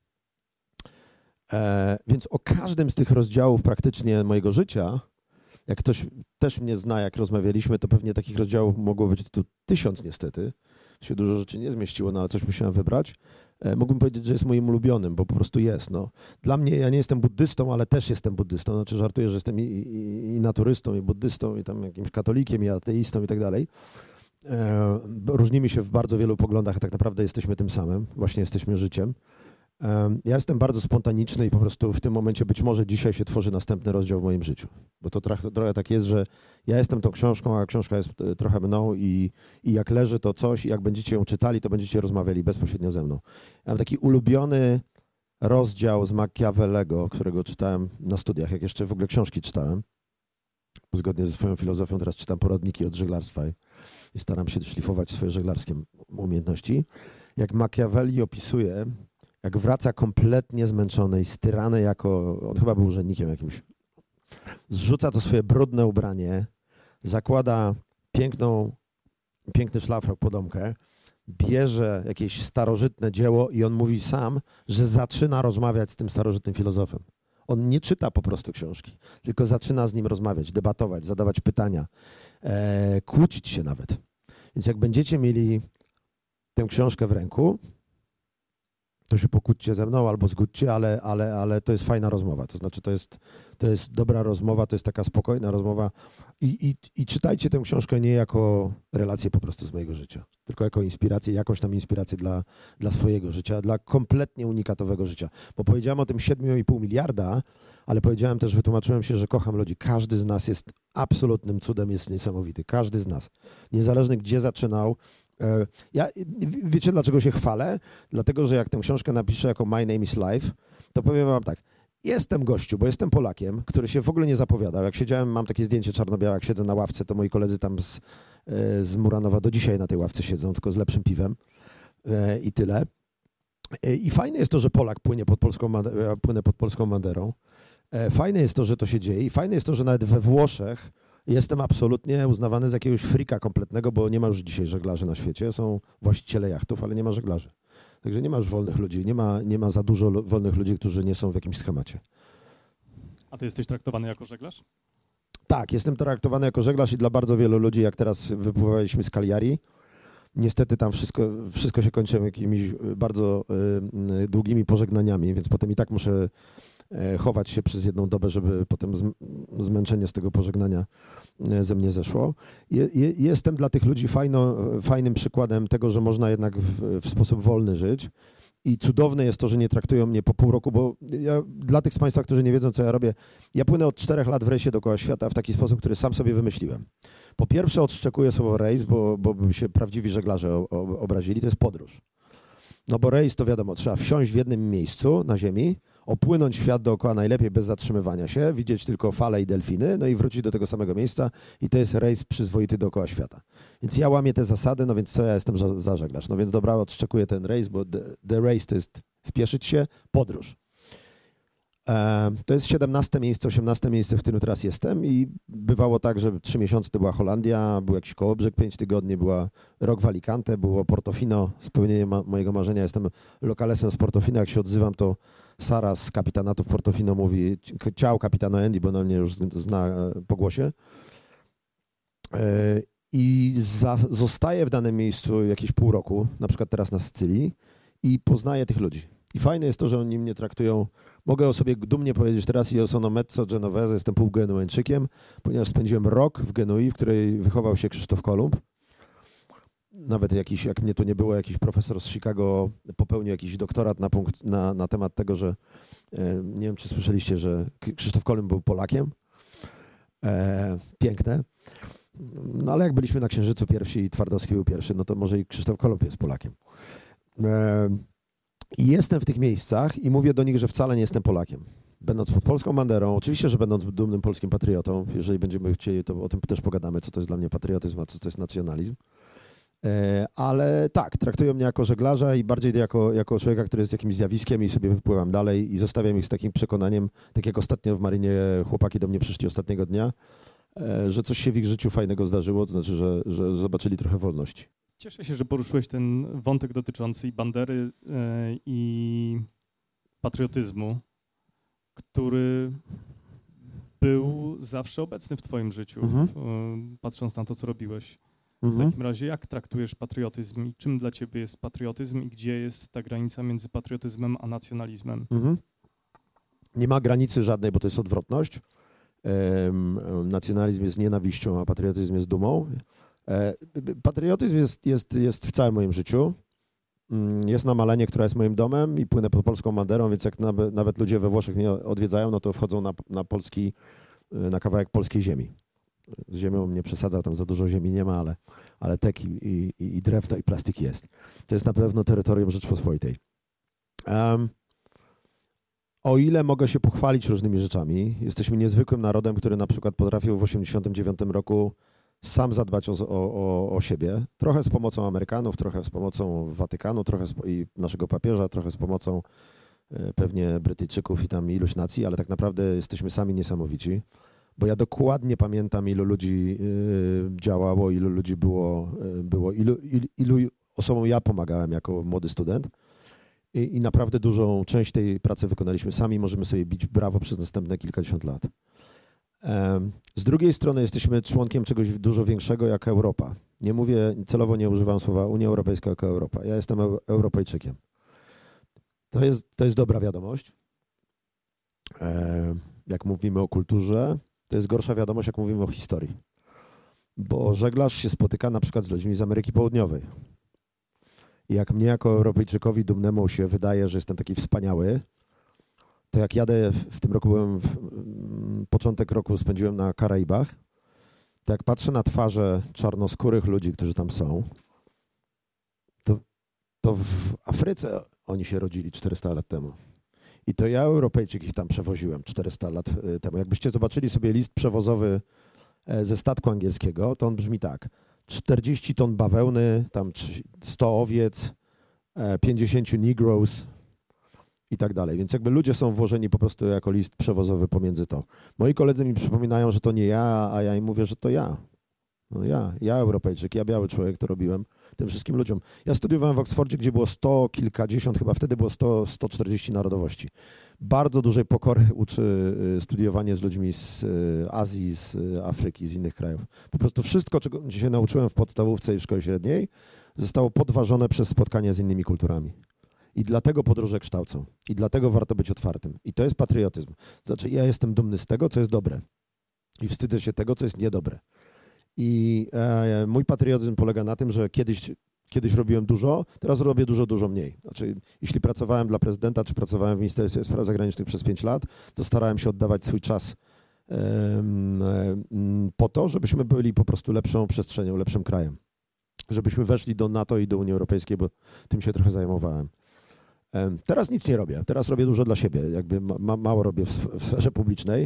E, więc o każdym z tych rozdziałów praktycznie mojego życia, jak ktoś też mnie zna, jak rozmawialiśmy, to pewnie takich rozdziałów mogło być tu tysiąc niestety. Się dużo rzeczy nie zmieściło, no ale coś musiałem wybrać. E, mógłbym powiedzieć, że jest moim ulubionym, bo po prostu jest. No. Dla mnie, ja nie jestem buddystą, ale też jestem buddystą. Znaczy żartuję, że jestem i, i, i naturystą, i buddystą, i tam jakimś katolikiem, i ateistą i tak dalej. E, różnimy się w bardzo wielu poglądach, a tak naprawdę jesteśmy tym samym. Właśnie jesteśmy życiem. Ja jestem bardzo spontaniczny i po prostu w tym momencie być może dzisiaj się tworzy następny rozdział w moim życiu. Bo to trochę, trochę tak jest, że ja jestem tą książką, a książka jest trochę mną i, i jak leży to coś i jak będziecie ją czytali, to będziecie rozmawiali bezpośrednio ze mną. Ja mam taki ulubiony rozdział z Machiavellego, którego czytałem na studiach, jak jeszcze w ogóle książki czytałem. Zgodnie ze swoją filozofią teraz czytam poradniki od żeglarstwa i, i staram się szlifować swoje żeglarskie umiejętności. Jak Machiavelli opisuje, jak wraca kompletnie zmęczony i styrany jako, on chyba był urzędnikiem jakimś, zrzuca to swoje brudne ubranie, zakłada piękną, piękny szlafrok, podomkę, bierze jakieś starożytne dzieło i on mówi sam, że zaczyna rozmawiać z tym starożytnym filozofem. On nie czyta po prostu książki, tylko zaczyna z nim rozmawiać, debatować, zadawać pytania, e, kłócić się nawet. Więc jak będziecie mieli tę książkę w ręku, to się pokłóćcie ze mną albo zgódźcie, ale, ale, ale to jest fajna rozmowa. To znaczy to jest, to jest dobra rozmowa, to jest taka spokojna rozmowa i, i, i czytajcie tę książkę nie jako relację po prostu z mojego życia, tylko jako inspirację, jakąś tam inspirację dla, dla swojego życia, dla kompletnie unikatowego życia. Bo powiedziałem o tym siedmiu i pół miliarda, ale powiedziałem też, wytłumaczyłem się, że kocham ludzi. Każdy z nas jest absolutnym cudem, jest niesamowity. Każdy z nas. Niezależnie gdzie zaczynał. Ja, wiecie, dlaczego się chwalę? Dlatego, że jak tę książkę napiszę jako My Name is Life, to powiem wam tak. Jestem gościu, bo jestem Polakiem, który się w ogóle nie zapowiadał. Jak siedziałem, mam takie zdjęcie czarno-białe, jak siedzę na ławce, to moi koledzy tam z, z Muranowa do dzisiaj na tej ławce siedzą, tylko z lepszym piwem i tyle. I fajne jest to, że Polak płynie pod polską, ja płynę pod polską banderą. Fajne jest to, że to się dzieje i fajne jest to, że nawet we Włoszech jestem absolutnie uznawany za jakiegoś frika kompletnego, bo nie ma już dzisiaj żeglarzy na świecie. Są właściciele jachtów, ale nie ma żeglarzy. Także nie ma już wolnych ludzi. Nie ma, nie ma za dużo wolnych ludzi, którzy nie są w jakimś schemacie. A ty jesteś traktowany jako żeglarz? Tak, jestem traktowany jako żeglarz i dla bardzo wielu ludzi, jak teraz wypływaliśmy z Cagliari, niestety tam wszystko, wszystko się kończy jakimiś bardzo y, długimi pożegnaniami, więc potem i tak muszę chować się przez jedną dobę, żeby potem zmęczenie z tego pożegnania ze mnie zeszło. Je, je, jestem dla tych ludzi fajno, fajnym przykładem tego, że można jednak w, w sposób wolny żyć i cudowne jest to, że nie traktują mnie po pół roku, bo ja, dla tych z Państwa, którzy nie wiedzą, co ja robię, ja płynę od czterech lat w rejsie dookoła świata w taki sposób, który sam sobie wymyśliłem. Po pierwsze odszczekuję słowo rejs, bo, bo by się prawdziwi żeglarze o, o, obrazili, to jest podróż. No bo rejs to wiadomo, trzeba wsiąść w jednym miejscu na ziemi, opłynąć świat dookoła najlepiej bez zatrzymywania się, widzieć tylko fale i delfiny, no i wrócić do tego samego miejsca i to jest rejs przyzwoity dookoła świata. Więc ja łamię te zasady, no więc co ja jestem za, za żeglarz? No więc dobra, odszczekuję ten rejs, bo the, the race to jest spieszyć się, podróż. E, to jest siedemnaste miejsce, osiemnaste miejsce, w którym teraz jestem i bywało tak, że trzy miesiące to była Holandia, był jakiś Kołobrzeg, pięć tygodni, była rok w Alicante, było Portofino, spełnienie ma, mojego marzenia, jestem lokalesem z Portofino, jak się odzywam, to Sara z kapitanatu w Portofino mówi ciao kapitano Andy, bo ona mnie już zna po głosie. I za, zostaję w danym miejscu jakieś pół roku, na przykład teraz na Sycylii i poznaję tych ludzi. I fajne jest to, że oni mnie traktują, mogę o sobie dumnie powiedzieć teraz io sono mezzo genovese, jestem pół Genueńczykiem, ponieważ spędziłem rok w Genui, w której wychował się Krzysztof Kolumb. Nawet jakiś, jak mnie tu nie było, jakiś profesor z Chicago popełnił jakiś doktorat na, punkt, na, na temat tego, że nie wiem, czy słyszeliście, że Krzysztof Kolumb był Polakiem. E, piękne. No ale jak byliśmy na Księżycu pierwsi i Twardowski był pierwszy, no to może i Krzysztof Kolumb jest Polakiem. E, I jestem w tych miejscach i mówię do nich, że wcale nie jestem Polakiem. Będąc pod polską banderą, oczywiście, że będąc dumnym polskim patriotą, jeżeli będziemy chcieli, to o tym też pogadamy, co to jest dla mnie patriotyzm, a co to jest nacjonalizm. Ale tak, traktują mnie jako żeglarza i bardziej jako, jako człowieka, który jest jakimś zjawiskiem i sobie wypływam dalej i zostawiam ich z takim przekonaniem, tak jak ostatnio w Marynie chłopaki do mnie przyszli ostatniego dnia, że coś się w ich życiu fajnego zdarzyło, to znaczy, że, że zobaczyli trochę wolności. Cieszę się, że poruszyłeś ten wątek dotyczący i bandery i patriotyzmu, który był zawsze obecny w twoim życiu, mhm. patrząc na to, co robiłeś. W takim razie jak traktujesz patriotyzm i czym dla ciebie jest patriotyzm i gdzie jest ta granica między patriotyzmem a nacjonalizmem? Mhm. Nie ma granicy żadnej, bo to jest odwrotność. Um, nacjonalizm jest nienawiścią, a patriotyzm jest dumą. E, patriotyzm jest, jest, jest w całym moim życiu. Jest na Malenie, która jest moim domem i płynę pod polską banderą, więc jak nawet, nawet ludzie we Włoszech mnie odwiedzają, no to wchodzą na, na polski, na kawałek polskiej ziemi. Z ziemią nie przesadzał, tam za dużo ziemi nie ma, ale, ale tek i, i, i drewno i plastik jest. To jest na pewno terytorium Rzeczpospolitej. Um, o ile mogę się pochwalić różnymi rzeczami, jesteśmy niezwykłym narodem, który na przykład potrafił w osiemdziesiątym dziewiątym roku sam zadbać o, o, o siebie. Trochę z pomocą Amerykanów, trochę z pomocą Watykanu, trochę z, i naszego papieża, trochę z pomocą e, pewnie Brytyjczyków i tam iluś nacji, ale tak naprawdę jesteśmy sami niesamowici. Bo ja dokładnie pamiętam, ilu ludzi y, działało, ilu ludzi było, y, było ilu, ilu, ilu osobom ja pomagałem jako młody student. I, I naprawdę dużą część tej pracy wykonaliśmy sami. Możemy sobie bić brawo przez następne kilkadziesiąt lat. Um, z drugiej strony jesteśmy członkiem czegoś dużo większego jak Europa. Nie mówię, celowo nie używam słowa Unia Europejska jako Europa. Ja jestem Europejczykiem. To jest, to jest dobra wiadomość. Um, jak mówimy o kulturze, to jest gorsza wiadomość, jak mówimy o historii. Bo żeglarz się spotyka na przykład z ludźmi z Ameryki Południowej. I jak mnie jako Europejczykowi dumnemu się wydaje, że jestem taki wspaniały, to jak jadę, w, w tym roku byłem, w, początek roku spędziłem na Karaibach, to jak patrzę na twarze czarnoskórych ludzi, którzy tam są, to, to w Afryce oni się rodzili czterysta lat temu. I to ja, Europejczyk, ich tam przewoziłem czterysta lat temu. Jakbyście zobaczyli sobie list przewozowy ze statku angielskiego, to on brzmi tak. czterdzieści ton bawełny, tam sto owiec, pięćdziesiąt Negroes i tak dalej. Więc jakby ludzie są włożeni po prostu jako list przewozowy pomiędzy to. Moi koledzy mi przypominają, że to nie ja, a ja im mówię, że to ja. No ja, ja Europejczyk, ja biały człowiek, to robiłem tym wszystkim ludziom. Ja studiowałem w Oksfordzie, gdzie było sto kilkadziesiąt, chyba wtedy było sto, sto czterdzieści narodowości. Bardzo dużej pokory uczy studiowanie z ludźmi z Azji, z Afryki, z innych krajów. Po prostu wszystko, czego się nauczyłem w podstawówce i w szkole średniej, zostało podważone przez spotkania z innymi kulturami. I dlatego podróże kształcą. I dlatego warto być otwartym. I to jest patriotyzm. Znaczy, ja jestem dumny z tego, co jest dobre. I wstydzę się tego, co jest niedobre. I e, mój patriotyzm polega na tym, że kiedyś, kiedyś robiłem dużo, teraz robię dużo, dużo mniej. Znaczy, jeśli pracowałem dla prezydenta, czy pracowałem w Ministerstwie Spraw Zagranicznych przez pięć lat, to starałem się oddawać swój czas e, e, po to, żebyśmy byli po prostu lepszą przestrzenią, lepszym krajem. Żebyśmy weszli do NATO i do Unii Europejskiej, bo tym się trochę zajmowałem. E, teraz nic nie robię. Teraz robię dużo dla siebie. Jakby ma, mało robię w, w sferze publicznej.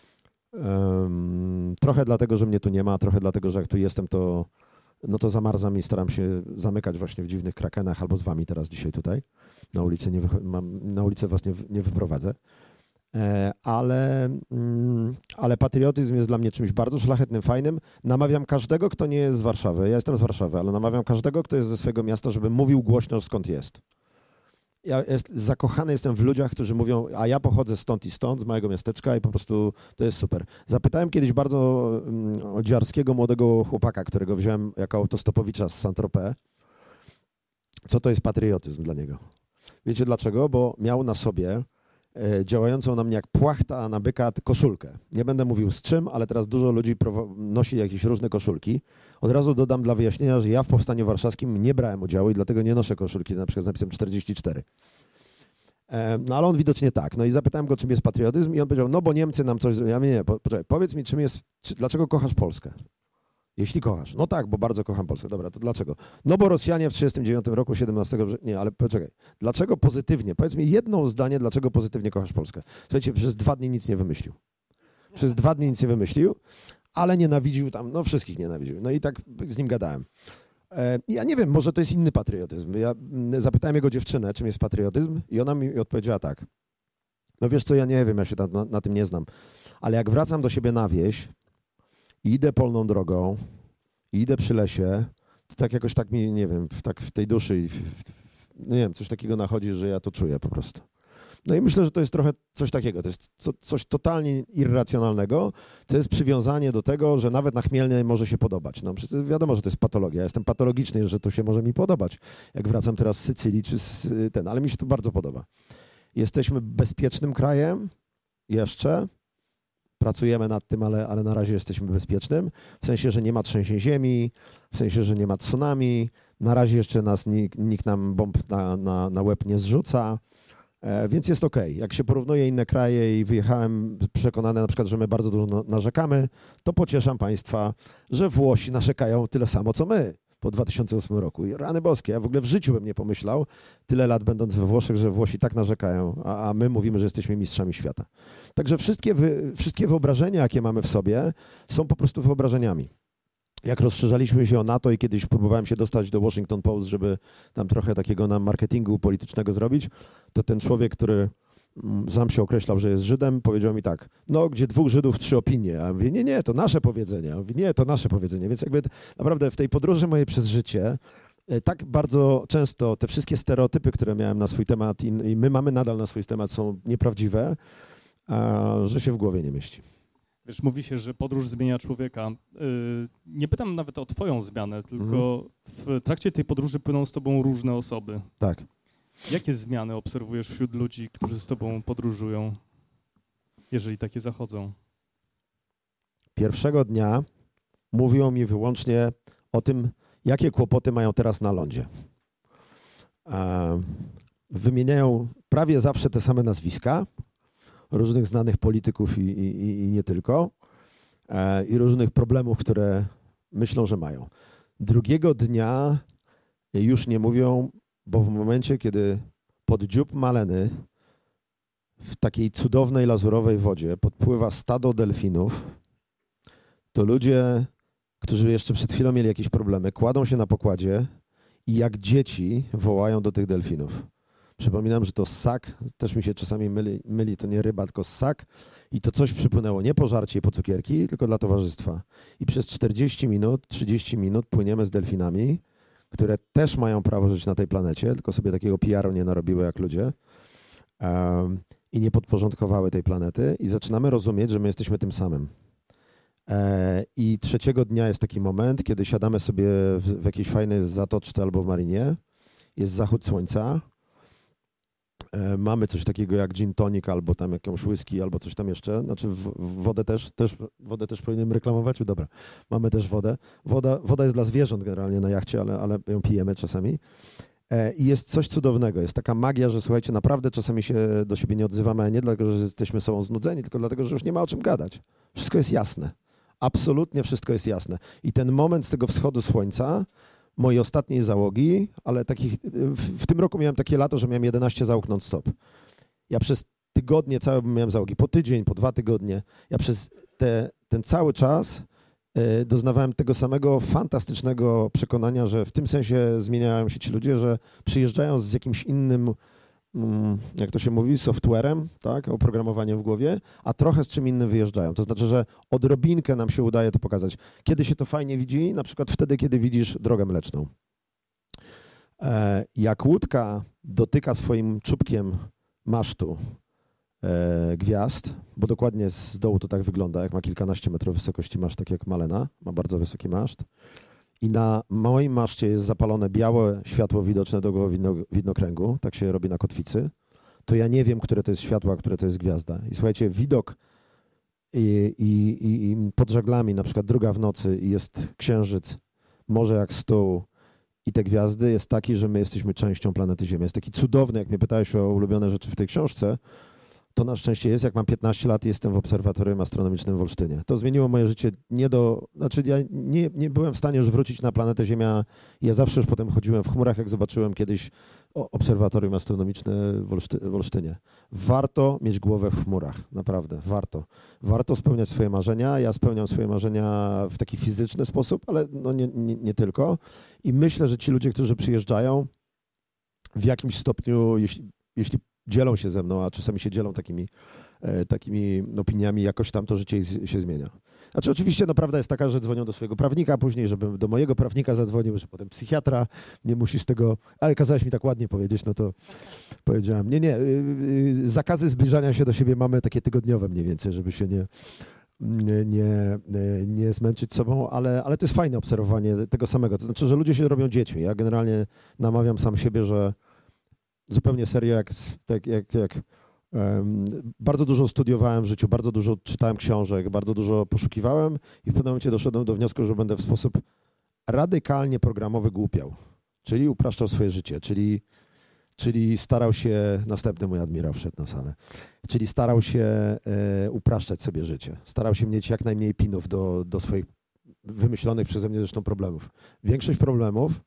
Um, trochę dlatego, że mnie tu nie ma, trochę dlatego, że jak tu jestem, to, no to zamarzam i staram się zamykać właśnie w dziwnych krakenach, albo z wami teraz dzisiaj tutaj. Na ulicy, nie mam, na ulicę was nie, nie wyprowadzę. E, ale, mm, ale patriotyzm jest dla mnie czymś bardzo szlachetnym, fajnym. Namawiam każdego, kto nie jest z Warszawy, ja jestem z Warszawy, ale namawiam każdego, kto jest ze swojego miasta, żeby mówił głośno, skąd jest. Ja jest, zakochany jestem w ludziach, którzy mówią, a ja pochodzę stąd i stąd, z małego miasteczka i po prostu to jest super. Zapytałem kiedyś bardzo um, dziarskiego młodego chłopaka, którego wziąłem jako autostopowicza z Saint-Tropez, co to jest patriotyzm dla niego. Wiecie dlaczego? Bo miał na sobie e, działającą na mnie jak płachta na byka koszulkę. Nie będę mówił z czym, ale teraz dużo ludzi nosi jakieś różne koszulki. Od razu dodam dla wyjaśnienia, że ja w Powstaniu Warszawskim nie brałem udziału i dlatego nie noszę koszulki na przykład z napisem czterdzieści cztery. E, no ale on widocznie tak. No i zapytałem go, czym jest patriotyzm i on powiedział, no bo Niemcy nam coś zrobili. Ja mówię, nie, po, poczekaj, powiedz mi, czym jest, czy, dlaczego kochasz Polskę? Jeśli kochasz. No tak, bo bardzo kocham Polskę. Dobra, to dlaczego? No bo Rosjanie w tysiąc dziewięćset trzydziestym dziewiątym roku, siedemnastego września... Nie, ale poczekaj. Dlaczego pozytywnie? Powiedz mi jedno zdanie, dlaczego pozytywnie kochasz Polskę. Słuchajcie, przez dwa dni nic nie wymyślił. Przez dwa dni nic nie wymyślił, ale nienawidził tam, no wszystkich nienawidził. No i tak z nim gadałem. E, ja nie wiem, może to jest inny patriotyzm. Ja zapytałem jego dziewczynę, czym jest patriotyzm i ona mi odpowiedziała tak. No wiesz co, ja nie wiem, ja się na, na tym nie znam, ale jak wracam do siebie na wieś, idę polną drogą, idę przy lesie, to tak jakoś tak mi, nie wiem, w, tak w tej duszy, w, w, nie wiem, coś takiego nachodzi, że ja to czuję po prostu. No i myślę, że to jest trochę coś takiego, to jest co, coś totalnie irracjonalnego, to jest przywiązanie do tego, że nawet na chmielnej może się podobać. No przecież wiadomo, że to jest patologia, ja jestem patologiczny, że to się może mi podobać, jak wracam teraz z Sycylii czy z ten, ale mi się to bardzo podoba. Jesteśmy bezpiecznym krajem, jeszcze, pracujemy nad tym, ale, ale na razie jesteśmy bezpiecznym, w sensie, że nie ma trzęsień ziemi, w sensie, że nie ma tsunami, na razie jeszcze nas nikt, nikt nam bomb na, na, na łeb nie zrzuca, e, więc jest okej. Okay. Jak się porównuje inne kraje i wyjechałem przekonany na przykład, że my bardzo dużo narzekamy, to pocieszam Państwa, że Włosi narzekają tyle samo, co my po dwa tysiące ósmym roku. I rany boskie, ja w ogóle w życiu bym nie pomyślał, tyle lat będąc we Włoszech, że Włosi tak narzekają, a, a my mówimy, że jesteśmy mistrzami świata. Także wszystkie, wy, wszystkie wyobrażenia, jakie mamy w sobie, są po prostu wyobrażeniami. Jak rozszerzaliśmy się o NATO i kiedyś próbowałem się dostać do Washington Post, żeby tam trochę takiego nam marketingu politycznego zrobić, to ten człowiek, który sam się określał, że jest Żydem, powiedział mi tak, no gdzie dwóch Żydów, trzy opinie. A ja mówię, nie, nie, to nasze powiedzenie. Ja mówię, nie, to nasze powiedzenie. Więc jakby naprawdę w tej podróży mojej przez życie tak bardzo często te wszystkie stereotypy, które miałem na swój temat i, i my mamy nadal na swój temat, są nieprawdziwe, a, że się w głowie nie mieści. Wiesz, mówi się, że podróż zmienia człowieka. Nie pytam nawet o twoją zmianę, tylko mhm. w trakcie tej podróży płyną z tobą różne osoby. Tak. Jakie zmiany obserwujesz wśród ludzi, którzy z tobą podróżują, jeżeli takie zachodzą? Pierwszego dnia mówią mi wyłącznie o tym, jakie kłopoty mają teraz na lądzie. Wymieniają prawie zawsze te same nazwiska różnych znanych polityków i, i, i nie tylko, i różnych problemów, które myślą, że mają. Drugiego dnia już nie mówią, bo w momencie, kiedy pod dziób Maleny w takiej cudownej, lazurowej wodzie podpływa stado delfinów, to ludzie, którzy jeszcze przed chwilą mieli jakieś problemy, kładą się na pokładzie i jak dzieci wołają do tych delfinów. Przypominam, że to ssak, też mi się czasami myli, myli, to nie ryba, tylko ssak i to coś przypłynęło nie po żarcie i po cukierki, tylko dla towarzystwa. I przez czterdzieści minut, trzydzieści minut płyniemy z delfinami, które też mają prawo żyć na tej planecie, tylko sobie takiego P R u nie narobiły jak ludzie um, i nie podporządkowały tej planety i zaczynamy rozumieć, że my jesteśmy tym samym. E, I trzeciego dnia jest taki moment, kiedy siadamy sobie w, w jakiejś fajnej zatoczce albo w marinie, jest zachód słońca, e, mamy coś takiego jak gin tonic albo tam jakąś whisky albo coś tam jeszcze, znaczy w, w wodę też, też, wodę też powinienem reklamować? Dobra, mamy też wodę. Woda, woda jest dla zwierząt generalnie na jachcie, ale, ale ją pijemy czasami. E, I jest coś cudownego, jest taka magia, że słuchajcie, naprawdę czasami się do siebie nie odzywamy, a nie dlatego, że jesteśmy sobą znudzeni, tylko dlatego, że już nie ma o czym gadać. Wszystko jest jasne. Absolutnie wszystko jest jasne. I ten moment z tego wschodu słońca, mojej ostatniej załogi, ale takich, w, w tym roku miałem takie lato, że miałem jedenaście załóg non-stop. Ja przez tygodnie całe miałem załogi, po tydzień, po dwa tygodnie. Ja przez te, ten cały czas y, doznawałem tego samego fantastycznego przekonania, że w tym sensie zmieniają się ci ludzie, że przyjeżdżają z jakimś innym, jak to się mówi, softwarem, tak, oprogramowaniem w głowie, a trochę z czym innym wyjeżdżają. To znaczy, że odrobinkę nam się udaje to pokazać. Kiedy się to fajnie widzi? Na przykład wtedy, kiedy widzisz drogę mleczną. E, jak łódka dotyka swoim czubkiem masztu e, gwiazd, bo dokładnie z dołu to tak wygląda, jak ma kilkanaście metrów wysokości maszt, tak jak Malena, ma bardzo wysoki maszt, i na moim maszcie jest zapalone białe światło widoczne do widno, widnokręgu, tak się robi na kotwicy, to ja nie wiem, które to jest światło, a które to jest gwiazda. I słuchajcie, widok i, i, i pod żaglami, na przykład druga w nocy i jest księżyc, morze jak stół i te gwiazdy jest taki, że my jesteśmy częścią planety Ziemia. Jest taki cudowny, jak mnie pytałeś o ulubione rzeczy w tej książce, to na szczęście jest, jak mam piętnaście lat i jestem w obserwatorium astronomicznym w Olsztynie. To zmieniło moje życie nie do... Znaczy ja nie, nie byłem w stanie już wrócić na planetę Ziemia. Ja zawsze już potem chodziłem w chmurach, jak zobaczyłem kiedyś obserwatorium astronomiczne w, Olszty, w Olsztynie. Warto mieć głowę w chmurach, naprawdę, warto. Warto spełniać swoje marzenia. Ja spełniam swoje marzenia w taki fizyczny sposób, ale no nie, nie, nie tylko. I myślę, że ci ludzie, którzy przyjeżdżają w jakimś stopniu, jeśli, jeśli dzielą się ze mną, a czasami się dzielą takimi, e, takimi opiniami, jakoś tam to życie się zmienia. Znaczy oczywiście no, prawda jest taka, że dzwonią do swojego prawnika, a później, żebym do mojego prawnika zadzwonił, że potem psychiatra, nie musi z tego, ale kazałeś mi tak ładnie powiedzieć, no to powiedziałem, nie, nie, yy, zakazy zbliżania się do siebie mamy takie tygodniowe mniej więcej, żeby się nie, nie, nie, nie zmęczyć sobą, ale, ale to jest fajne obserwowanie tego samego, to znaczy, że ludzie się robią dziećmi. Ja generalnie namawiam sam siebie, że zupełnie serio, jak, jak, jak, jak um, bardzo dużo studiowałem w życiu, bardzo dużo czytałem książek, bardzo dużo poszukiwałem i w pewnym momencie doszedłem do wniosku, że będę w sposób radykalnie programowy głupiał, czyli upraszczał swoje życie, czyli, czyli starał się, następny mój admirał wszedł na salę, czyli starał się e, upraszczać sobie życie, starał się mieć jak najmniej pinów do, do swoich wymyślonych przeze mnie zresztą problemów. Większość problemów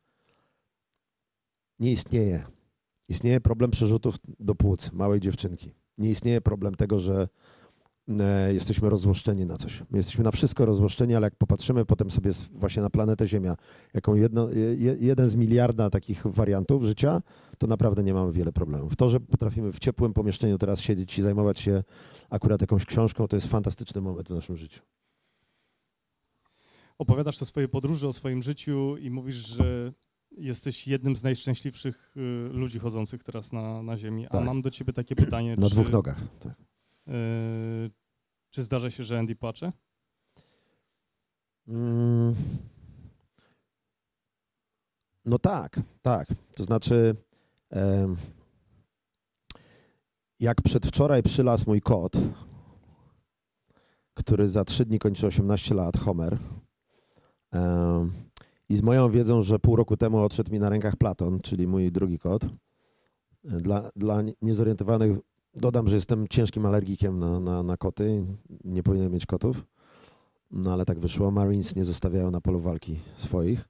nie istnieje. Istnieje problem przerzutów do płuc małej dziewczynki. Nie istnieje problem tego, że e, jesteśmy rozzłoszczeni na coś. My jesteśmy na wszystko rozzłoszczeni, ale jak popatrzymy potem sobie właśnie na planetę Ziemia, jaką jedno, je, jeden z miliarda takich wariantów życia, to naprawdę nie mamy wiele problemów. To, że potrafimy w ciepłym pomieszczeniu teraz siedzieć i zajmować się akurat jakąś książką, to jest fantastyczny moment w naszym życiu. Opowiadasz o swojej podróży, o swoim życiu i mówisz, że jesteś jednym z najszczęśliwszych y, ludzi chodzących teraz na, na Ziemi. A tak. Mam do ciebie takie pytanie. Na czy, dwóch nogach. Tak. Y, czy zdarza się, że Andy płacze? Mm. No tak, tak. To znaczy, e, jak przedwczoraj przylazł mój kot, który za trzy dni kończy osiemnaście lat, Homer, e, i z moją wiedzą, że pół roku temu odszedł mi na rękach Platon, czyli mój drugi kot. Dla, dla niezorientowanych dodam, że jestem ciężkim alergikiem na, na, na koty. Nie powinienem mieć kotów, no ale tak wyszło. Marines nie zostawiają na polu walki swoich.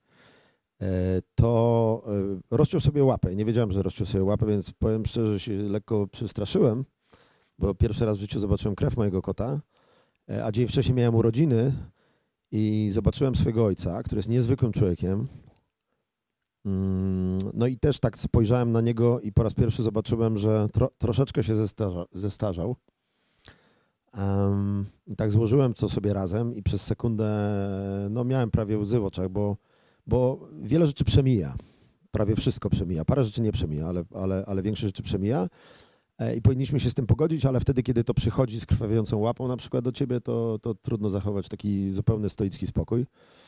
To rozciął sobie łapę. Nie wiedziałem, że rozciął sobie łapę, więc powiem szczerze, że się lekko przestraszyłem, bo pierwszy raz w życiu zobaczyłem krew mojego kota, a dzień wcześniej miałem urodziny i zobaczyłem swojego ojca, który jest niezwykłym człowiekiem. No i też tak spojrzałem na niego i po raz pierwszy zobaczyłem, że tro, troszeczkę się zestarza, zestarzał. Um, tak złożyłem to sobie razem i przez sekundę no, miałem prawie łzy w oczach, bo, bo wiele rzeczy przemija. Prawie wszystko przemija. Parę rzeczy nie przemija, ale, ale, ale większość rzeczy przemija. I powinniśmy się z tym pogodzić, ale wtedy, kiedy to przychodzi z krwawiącą łapą na przykład do ciebie, to, to trudno zachować taki zupełny stoicki spokój.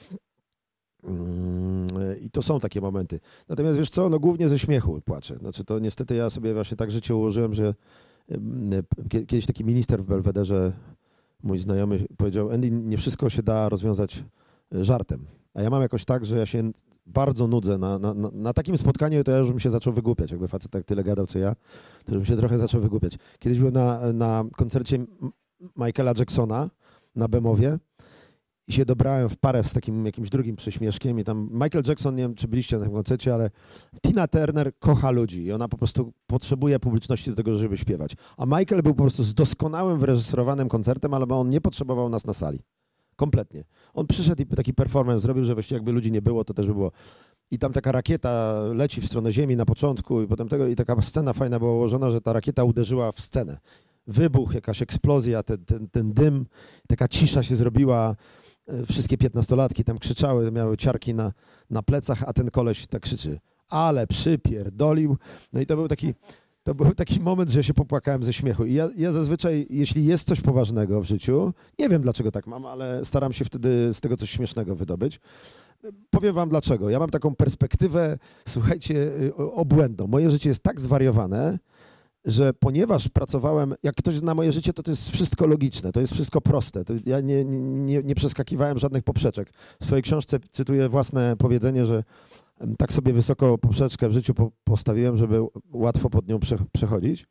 I to są takie momenty. Natomiast wiesz co, no głównie ze śmiechu płaczę. Znaczy to niestety ja sobie właśnie tak życie ułożyłem, że kiedyś taki minister w Belwederze, mój znajomy powiedział, Andy, nie wszystko się da rozwiązać żartem. A ja mam jakoś tak, że ja się bardzo nudzę. Na, na, na takim spotkaniu to ja już bym się zaczął wygłupiać. Jakby facet tak tyle gadał, co ja, to bym się trochę zaczął wygłupiać. Kiedyś byłem na, na koncercie Michaela Jacksona na Bemowie i się dobrałem w parę z takim jakimś drugim prześmieszkiem i tam Michael Jackson, nie wiem, czy byliście na tym koncercie, ale Tina Turner kocha ludzi i ona po prostu potrzebuje publiczności do tego, żeby śpiewać. A Michael był po prostu z doskonałym, wyreżyserowanym koncertem, ale on nie potrzebował nas na sali. Kompletnie. On przyszedł i taki performance zrobił, że właściwie jakby ludzi nie było, to też by było. I tam taka rakieta leci w stronę Ziemi na początku i potem tego i taka scena fajna była ułożona, że ta rakieta uderzyła w scenę. Wybuch, jakaś eksplozja, ten, ten, ten dym, taka cisza się zrobiła. Wszystkie piętnastolatki tam krzyczały, miały ciarki na, na plecach, a ten koleś tak krzyczy, ale przypierdolił. No i to był taki, to był taki moment, że ja się popłakałem ze śmiechu. I ja, ja zazwyczaj, jeśli jest coś poważnego w życiu, nie wiem dlaczego tak mam, ale staram się wtedy z tego coś śmiesznego wydobyć. powiem wam dlaczego. Ja mam taką perspektywę, słuchajcie, obłędną. Moje życie jest tak zwariowane, że ponieważ pracowałem, jak ktoś zna moje życie, to to jest wszystko logiczne, to jest wszystko proste. To ja nie, nie, nie przeskakiwałem żadnych poprzeczek. W swojej książce cytuję własne powiedzenie, że tak sobie wysoko poprzeczkę w życiu po, postawiłem, żeby łatwo pod nią prze, przechodzić.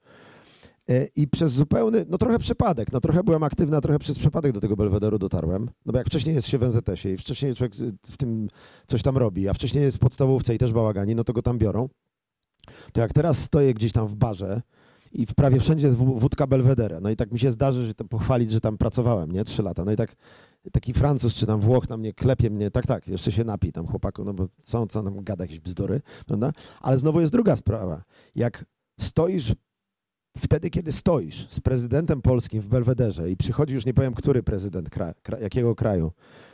I przez zupełny, no trochę przypadek, no trochę byłem aktywny, a trochę przez przypadek do tego Belwederu dotarłem. No bo jak wcześniej jest się w en zet esie i wcześniej człowiek w tym coś tam robi, a wcześniej jest w podstawówce i też bałagani, no to go tam biorą. To jak teraz stoję gdzieś tam w barze i w prawie wszędzie jest wódka Belvedere, no i tak mi się zdarzy, że to pochwalić, że tam pracowałem, nie? Trzy lata. No i tak taki Francuz czy tam Włoch na mnie klepie mnie, tak, tak, jeszcze się napij tam chłopaku, no bo co, co nam gada jakieś bzdury, prawda? Ale znowu jest druga sprawa. Jak stoisz wtedy, kiedy stoisz z prezydentem polskim w Belwederze i przychodzi już nie powiem, który prezydent kra, kra, jakiego kraju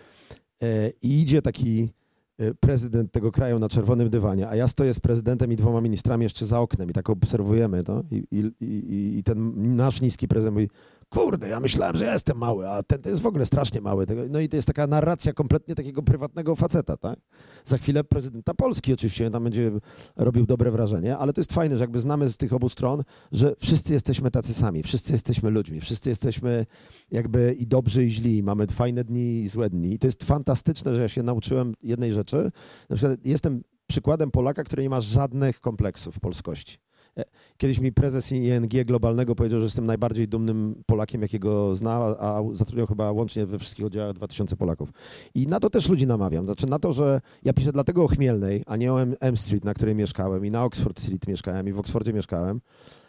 e, i idzie taki prezydent tego kraju na czerwonym dywanie, a ja stoję z prezydentem i dwoma ministrami jeszcze za oknem i tak obserwujemy to i, i, i, i ten nasz niski prezydent mówi, kurde, ja myślałem, że ja jestem mały, a ten to jest w ogóle strasznie mały. No i to jest taka narracja kompletnie takiego prywatnego faceta, tak? Za chwilę prezydenta Polski oczywiście tam będzie robił dobre wrażenie, ale to jest fajne, że jakby znamy z tych obu stron, że wszyscy jesteśmy tacy sami, wszyscy jesteśmy ludźmi, wszyscy jesteśmy jakby i dobrzy i źli, mamy fajne dni i złe dni i to jest fantastyczne, że ja się nauczyłem jednej rzeczy, na przykład jestem przykładem Polaka, który nie ma żadnych kompleksów polskości. Kiedyś mi prezes I N G globalnego powiedział, że jestem najbardziej dumnym Polakiem, jakiego zna, a zatrudniał chyba łącznie we wszystkich oddziałach dwa tysiące Polaków. I na to też ludzi namawiam. Znaczy na to, że ja piszę dlatego o Chmielnej, a nie o M Street, na której mieszkałem i na Oxford Street mieszkałem i w Oksfordzie mieszkałem,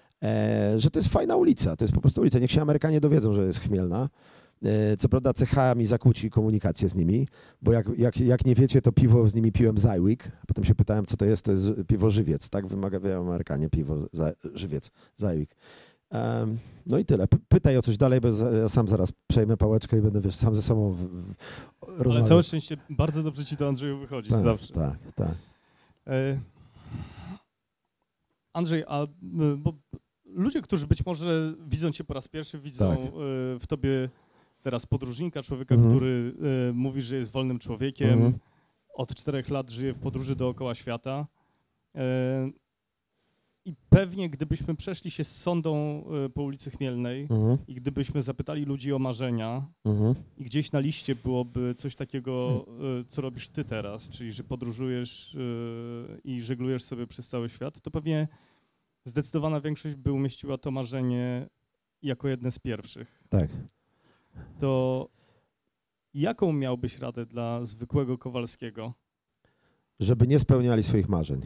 e, że to jest fajna ulica, to jest po prostu ulica. Niech się Amerykanie dowiedzą, że jest Chmielna. Co prawda C H mi zakłóci komunikację z nimi, bo jak, jak, jak nie wiecie, to piwo z nimi piłem Zajwik. Potem się pytałem, co to jest, to jest piwo żywiec, tak? Wymagają Amerykanie piwo za, żywiec, Zajwik. Um, no i tyle. P pytaj o coś dalej, bo za, ja sam zaraz przejmę pałeczkę i będę, wiesz, sam ze sobą w, w, rozmawiał. Ale całe szczęście, bardzo dobrze ci to, Andrzeju, wychodzi, tak, zawsze. Tak, tak. E... Andrzej, a bo ludzie, którzy być może widzą cię po raz pierwszy, widzą tak. w tobie teraz podróżnika, człowieka, mhm. który y, mówi, że jest wolnym człowiekiem, mhm. od czterech lat żyje w podróży dookoła świata. Y, I pewnie gdybyśmy przeszli się z sondą y, po ulicy Chmielnej mhm. i gdybyśmy zapytali ludzi o marzenia mhm. i gdzieś na liście byłoby coś takiego, y, co robisz ty teraz, czyli że podróżujesz y, i żeglujesz sobie przez cały świat, to pewnie zdecydowana większość by umieściła to marzenie jako jedne z pierwszych. Tak. To jaką miałbyś radę dla zwykłego Kowalskiego? Żeby nie spełniali swoich marzeń.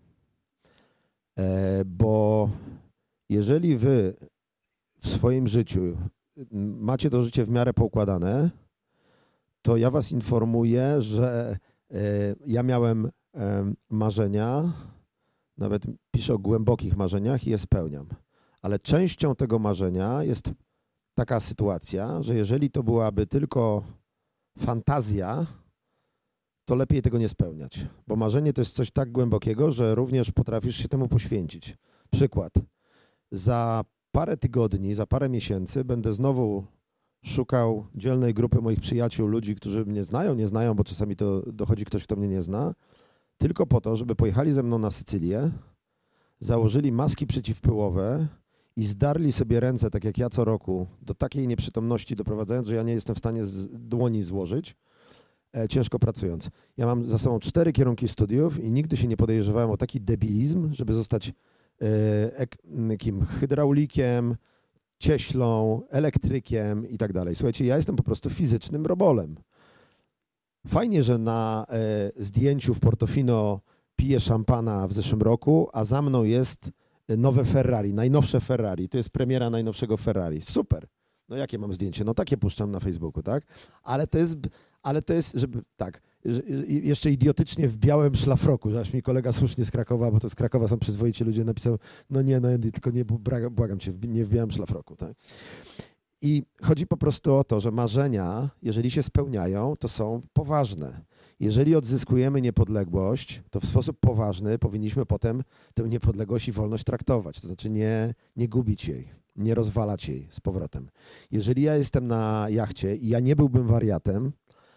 E, bo jeżeli wy w swoim życiu macie to życie w miarę poukładane, to ja was informuję, że e, ja miałem e, marzenia, nawet piszę o głębokich marzeniach i je spełniam. Ale częścią tego marzenia jest taka sytuacja, że jeżeli to byłaby tylko fantazja, to lepiej tego nie spełniać. Bo marzenie to jest coś tak głębokiego, że również potrafisz się temu poświęcić. Przykład. Za parę tygodni, za parę miesięcy będę znowu szukał dzielnej grupy moich przyjaciół, ludzi, którzy mnie znają, nie znają, bo czasami to dochodzi ktoś, kto mnie nie zna, tylko po to, żeby pojechali ze mną na Sycylię, założyli maski przeciwpyłowe i zdarli sobie ręce, tak jak ja co roku, do takiej nieprzytomności doprowadzając, że ja nie jestem w stanie z dłoni złożyć, e, ciężko pracując. Ja mam za sobą cztery kierunki studiów i nigdy się nie podejrzewałem o taki debilizm, żeby zostać e, ek, kim, hydraulikiem, cieślą, elektrykiem i tak dalej. Słuchajcie, ja jestem po prostu fizycznym robolem. Fajnie, że na e, zdjęciu w Portofino piję szampana w zeszłym roku, a za mną jest nowe Ferrari, najnowsze Ferrari. To jest premiera najnowszego Ferrari. Super. No jakie mam zdjęcie? No takie puszczam na Facebooku, tak? Ale to jest, ale to jest, żeby, tak, jeszcze idiotycznie w białym szlafroku, aż mi kolega słusznie z Krakowa, bo to z Krakowa są przyzwoici ludzie, napisał, no nie, no tylko nie, błagam cię, nie w białym szlafroku, tak? I chodzi po prostu o to, że marzenia, jeżeli się spełniają, to są poważne. Jeżeli odzyskujemy niepodległość, to w sposób poważny powinniśmy potem tę niepodległość i wolność traktować, to znaczy nie, nie gubić jej, nie rozwalać jej z powrotem. Jeżeli ja jestem na jachcie i ja nie byłbym wariatem,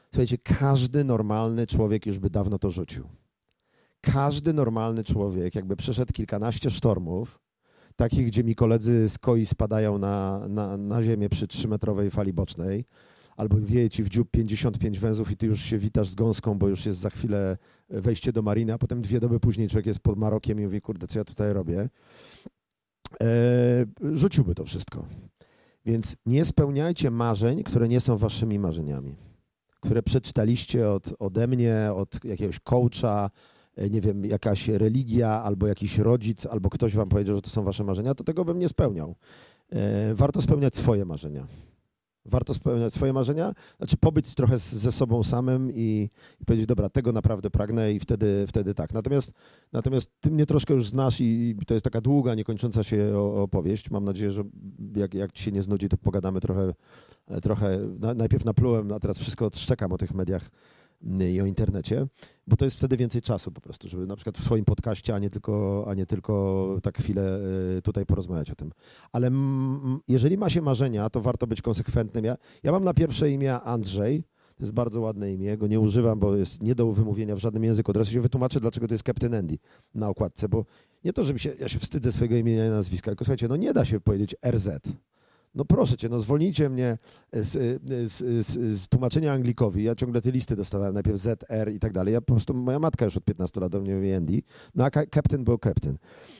Słuchajcie, każdy normalny człowiek już by dawno to rzucił. Każdy normalny człowiek, jakby przeszedł kilkanaście sztormów, takich, gdzie mi koledzy z koi spadają na, na, na ziemię przy trzymetrowej fali bocznej, albo wieje ci w dziób pięćdziesiąt pięć węzłów i ty już się witasz z gąską, bo już jest za chwilę wejście do mariny, a potem dwie doby później człowiek jest pod Marokiem i mówi, kurde, co ja tutaj robię? Eee, rzuciłby to wszystko. Więc nie spełniajcie marzeń, które nie są waszymi marzeniami, które przeczytaliście od, ode mnie, od jakiegoś coacha, nie wiem, jakaś religia, albo jakiś rodzic, albo ktoś wam powiedział, że to są wasze marzenia, to tego bym nie spełniał. E, warto spełniać swoje marzenia. Warto spełniać swoje marzenia, znaczy pobyć trochę z, ze sobą samym i, i powiedzieć, dobra, tego naprawdę pragnę i wtedy, wtedy tak. Natomiast, natomiast ty mnie troszkę już znasz i, i to jest taka długa, niekończąca się opowieść. Mam nadzieję, że jak, jak ci się nie znudzi, to pogadamy trochę, trochę na, najpierw naplułem, a teraz wszystko odszczekam o tych mediach i o internecie, bo to jest wtedy więcej czasu po prostu, żeby na przykład w swoim podcaście, a nie tylko, a nie tylko tak chwilę tutaj porozmawiać o tym. Ale m, jeżeli ma się marzenia, to warto być konsekwentnym. Ja, ja mam na pierwsze imię Andrzej, to jest bardzo ładne imię, go nie używam, bo jest nie do wymówienia w żadnym języku. Teraz się wytłumaczę, dlaczego to jest Captain Andy na okładce, bo nie to, żeby się, ja się wstydzę swojego imienia i nazwiska, tylko słuchajcie, no nie da się powiedzieć R Z. No proszę cię, no zwolnijcie mnie z, z, z, z tłumaczenia Anglikowi. Ja ciągle te listy dostawałem, najpierw Z, R i tak dalej. Ja po prostu, moja matka już od piętnastu lat do mnie mówi Andy. No a Captain był Captain.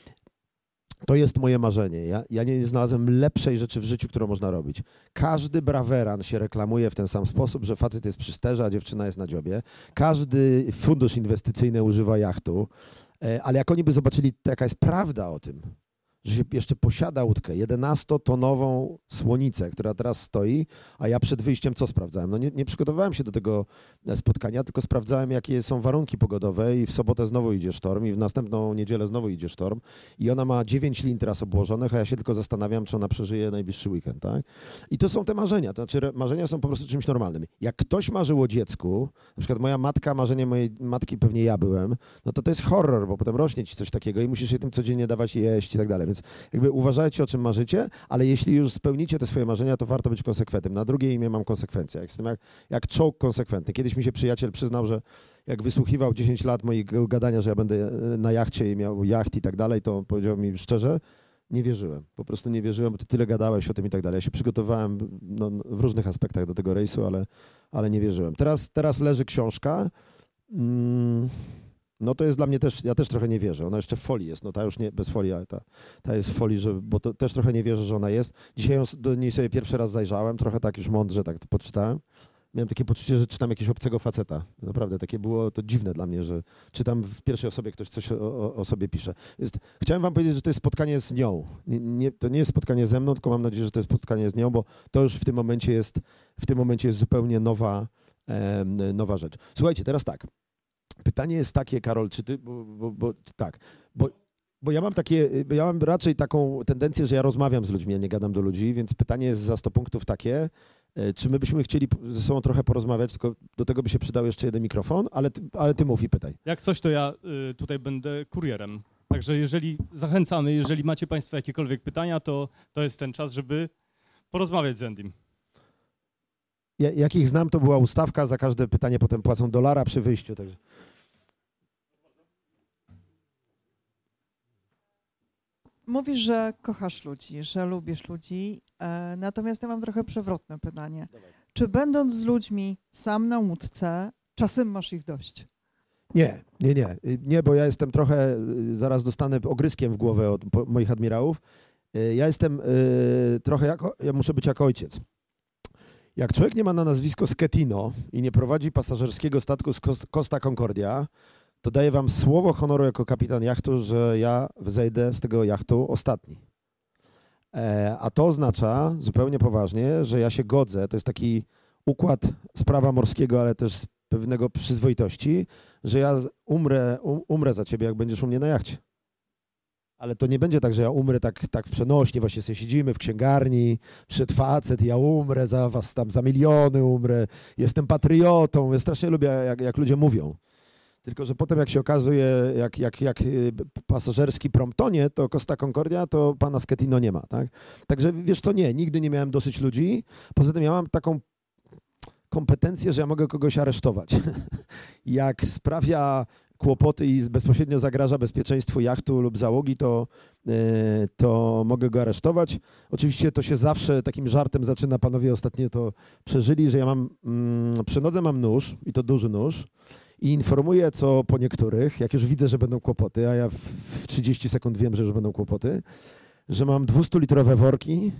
To jest moje marzenie. Ja, ja nie znalazłem lepszej rzeczy w życiu, którą można robić. Każdy braweran się reklamuje w ten sam sposób, że facet jest przy sterze, a dziewczyna jest na dziobie. Każdy fundusz inwestycyjny używa jachtu. Ale jak oni by zobaczyli, jaka jest prawda o tym, że się jeszcze posiada łódkę, jedenastotonową słonicę, która teraz stoi, a ja przed wyjściem co sprawdzałem? No nie, nie przygotowałem się do tego spotkania, tylko sprawdzałem, jakie są warunki pogodowe i w sobotę znowu idzie sztorm i w następną niedzielę znowu idzie sztorm i ona ma dziewięć lin teraz obłożonych, a ja się tylko zastanawiam, czy ona przeżyje najbliższy weekend, tak? I to są te marzenia, to znaczy marzenia są po prostu czymś normalnym. Jak ktoś marzył o dziecku, na przykład moja matka, marzenie mojej matki, pewnie ja byłem, no to to jest horror, bo potem rośnie ci coś takiego i musisz się tym codziennie dawać jeść i tak dalej. Więc jakby uważajcie, o czym marzycie, ale jeśli już spełnicie te swoje marzenia, to warto być konsekwentnym. Na drugie imię mam konsekwencję. Jak jestem jak, jak czołg konsekwentny. Kiedyś mi się przyjaciel przyznał, że jak wysłuchiwał dziesięć lat mojego gadania, że ja będę na jachcie i miał jacht i tak dalej, to powiedział mi szczerze, nie wierzyłem. Po prostu nie wierzyłem, bo ty tyle gadałeś o tym i tak dalej. Ja się przygotowałem no, w różnych aspektach do tego rejsu, ale, ale nie wierzyłem. Teraz, teraz leży książka. Mm. No to jest dla mnie też, ja też trochę nie wierzę. Ona jeszcze w folii jest, no ta już nie bez folii, ale ta, ta jest w folii, że, bo to też trochę nie wierzę, że ona jest. Dzisiaj ją, do niej sobie pierwszy raz zajrzałem, trochę tak już mądrze tak to poczytałem. Miałem takie poczucie, że czytam jakiegoś obcego faceta. Naprawdę takie było to dziwne dla mnie, że czytam w pierwszej osobie, ktoś coś o, o, o sobie pisze. Jest, chciałem wam powiedzieć, że to jest spotkanie z nią. Nie, nie, to nie jest spotkanie ze mną, tylko mam nadzieję, że to jest spotkanie z nią, bo to już w tym momencie jest, w tym momencie jest zupełnie nowa, e, nowa rzecz. Słuchajcie, teraz tak. Pytanie jest takie, Karol, czy ty, bo, bo, bo tak, bo, bo ja mam takie, ja mam raczej taką tendencję, że ja rozmawiam z ludźmi, ja nie gadam do ludzi, więc pytanie jest za sto punktów takie, czy my byśmy chcieli ze sobą trochę porozmawiać, tylko do tego by się przydał jeszcze jeden mikrofon, ale ty, ale ty mów i pytaj. Jak coś, to ja y, tutaj będę kurierem. Także jeżeli zachęcamy, jeżeli macie państwo jakiekolwiek pytania, to to jest ten czas, żeby porozmawiać z Andym. Ja, jak ich znam, to była ustawka, za każde pytanie potem płacą dolara przy wyjściu. Także. Mówisz, że kochasz ludzi, że lubisz ludzi, e, natomiast ja mam trochę przewrotne pytanie. Dawaj. Czy będąc z ludźmi sam na łódce, czasem masz ich dość? Nie, nie, nie. Nie, bo ja jestem trochę, zaraz dostanę ogryskiem w głowę od moich admirałów. Ja jestem y, trochę, jako, ja muszę być jak ojciec. Jak człowiek nie ma na nazwisko Schettino i nie prowadzi pasażerskiego statku z Costa Concordia, to daję wam słowo honoru jako kapitan jachtu, że ja zejdę z tego jachtu ostatni. E, a to oznacza zupełnie poważnie, że ja się godzę, to jest taki układ z prawa morskiego, ale też z pewnego przyzwoitości, że ja umrę, um, umrę za ciebie, jak będziesz u mnie na jachcie. Ale to nie będzie tak, że ja umrę tak, tak przenośnie, właśnie sobie siedzimy w księgarni, przed facet, ja umrę za was tam, za miliony umrę, jestem patriotą, ja strasznie lubię, jak, jak ludzie mówią. Tylko że potem jak się okazuje, jak, jak, jak pasażerski prom tonie, to Costa Concordia, to pana Schettino nie ma, tak? Także wiesz co, nie, nigdy nie miałem dosyć ludzi, poza tym ja mam taką kompetencję, że ja mogę kogoś aresztować. Jak sprawia kłopoty i bezpośrednio zagraża bezpieczeństwu jachtu lub załogi, to, to mogę go aresztować. Oczywiście to się zawsze takim żartem zaczyna, panowie ostatnio to przeżyli, że ja mam, mm, przy nodze mam nóż i to duży nóż i informuję co po niektórych, jak już widzę, że będą kłopoty, a ja w trzydzieści sekund wiem, że już będą kłopoty, że mam dwustulitrowe worki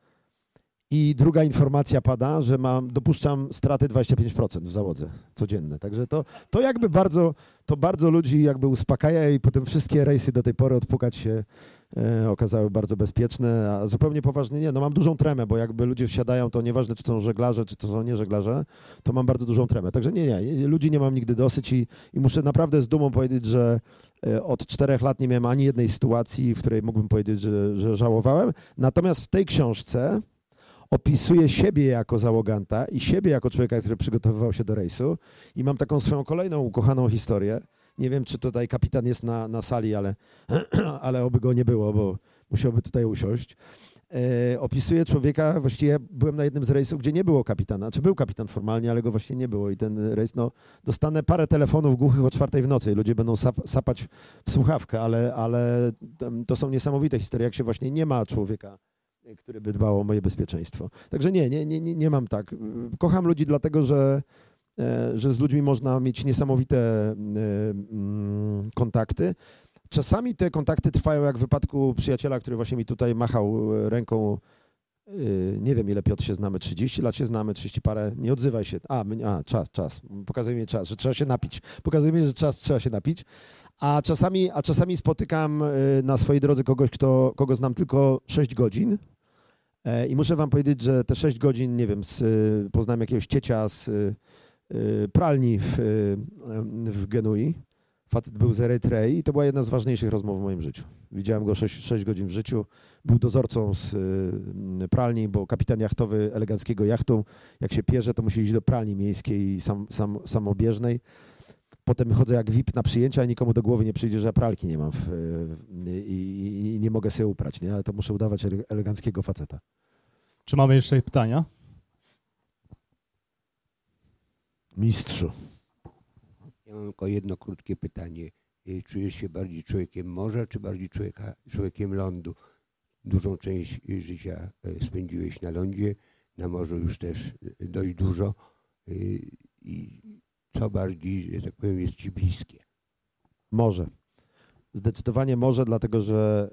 i druga informacja pada, że mam, dopuszczam straty dwadzieścia pięć procent w załodze codzienne. Także to, to jakby bardzo, to bardzo ludzi jakby uspokaja i potem wszystkie rejsy do tej pory odpukać się e, okazały bardzo bezpieczne, a zupełnie poważnie nie. No mam dużą tremę, bo jakby ludzie wsiadają, to nieważne czy to są żeglarze, czy to są nie żeglarze, to mam bardzo dużą tremę. Także nie, nie, ludzi nie mam nigdy dosyć i, i muszę naprawdę z dumą powiedzieć, że e, od czterech lat nie miałem ani jednej sytuacji, w której mógłbym powiedzieć, że, że żałowałem. Natomiast w tej książce opisuję siebie jako załoganta i siebie jako człowieka, który przygotowywał się do rejsu i mam taką swoją kolejną ukochaną historię. Nie wiem, czy tutaj kapitan jest na, na sali, ale, ale oby go nie było, bo musiałby tutaj usiąść. E, opisuję człowieka, właściwie byłem na jednym z rejsów, gdzie nie było kapitana, czy był kapitan formalnie, ale go właśnie nie było i ten rejs, no dostanę parę telefonów głuchych o czwartej w nocy i ludzie będą sap, sapać w słuchawkę, ale, ale to są niesamowite historie, jak się właśnie nie ma człowieka, który by dbał o moje bezpieczeństwo. Także nie, nie, nie, nie mam tak. Kocham ludzi dlatego, że, że z ludźmi można mieć niesamowite kontakty. Czasami te kontakty trwają jak w wypadku przyjaciela, który właśnie mi tutaj machał ręką. Nie wiem, ile Piotr się znamy, trzydzieści lat się znamy, trzydzieści parę, nie odzywaj się. A, a czas, czas. Pokazuje mi czas, że trzeba się napić. Pokazuje mi, że czas trzeba się napić. A czasami, a czasami spotykam na swojej drodze kogoś, kto, kogo znam tylko sześć godzin. I muszę wam powiedzieć, że te sześć godzin, nie wiem, z, poznałem jakiegoś ciecia z pralni w, w Genui. Facet był z Erytrei i to była jedna z ważniejszych rozmów w moim życiu. Widziałem go sześć godzin w życiu. Był dozorcą z pralni, bo kapitan jachtowy eleganckiego jachtu, jak się pierze, to musi iść do pralni miejskiej i sam, sam, samobieżnej. Potem chodzę jak V I P na przyjęcia, a nikomu do głowy nie przyjdzie, że ja pralki nie mam w, i, i, i nie mogę sobie uprać, nie? Ale to muszę udawać eleganckiego faceta. Czy mamy jeszcze pytania? Mistrzu. Ja mam tylko jedno krótkie pytanie. Czujesz się bardziej człowiekiem morza, czy bardziej człowieka, człowiekiem lądu? Dużą część życia spędziłeś na lądzie, na morzu już też dość dużo. I co bardziej, że tak powiem, jest ci bliskie? Morze. Zdecydowanie morze, dlatego że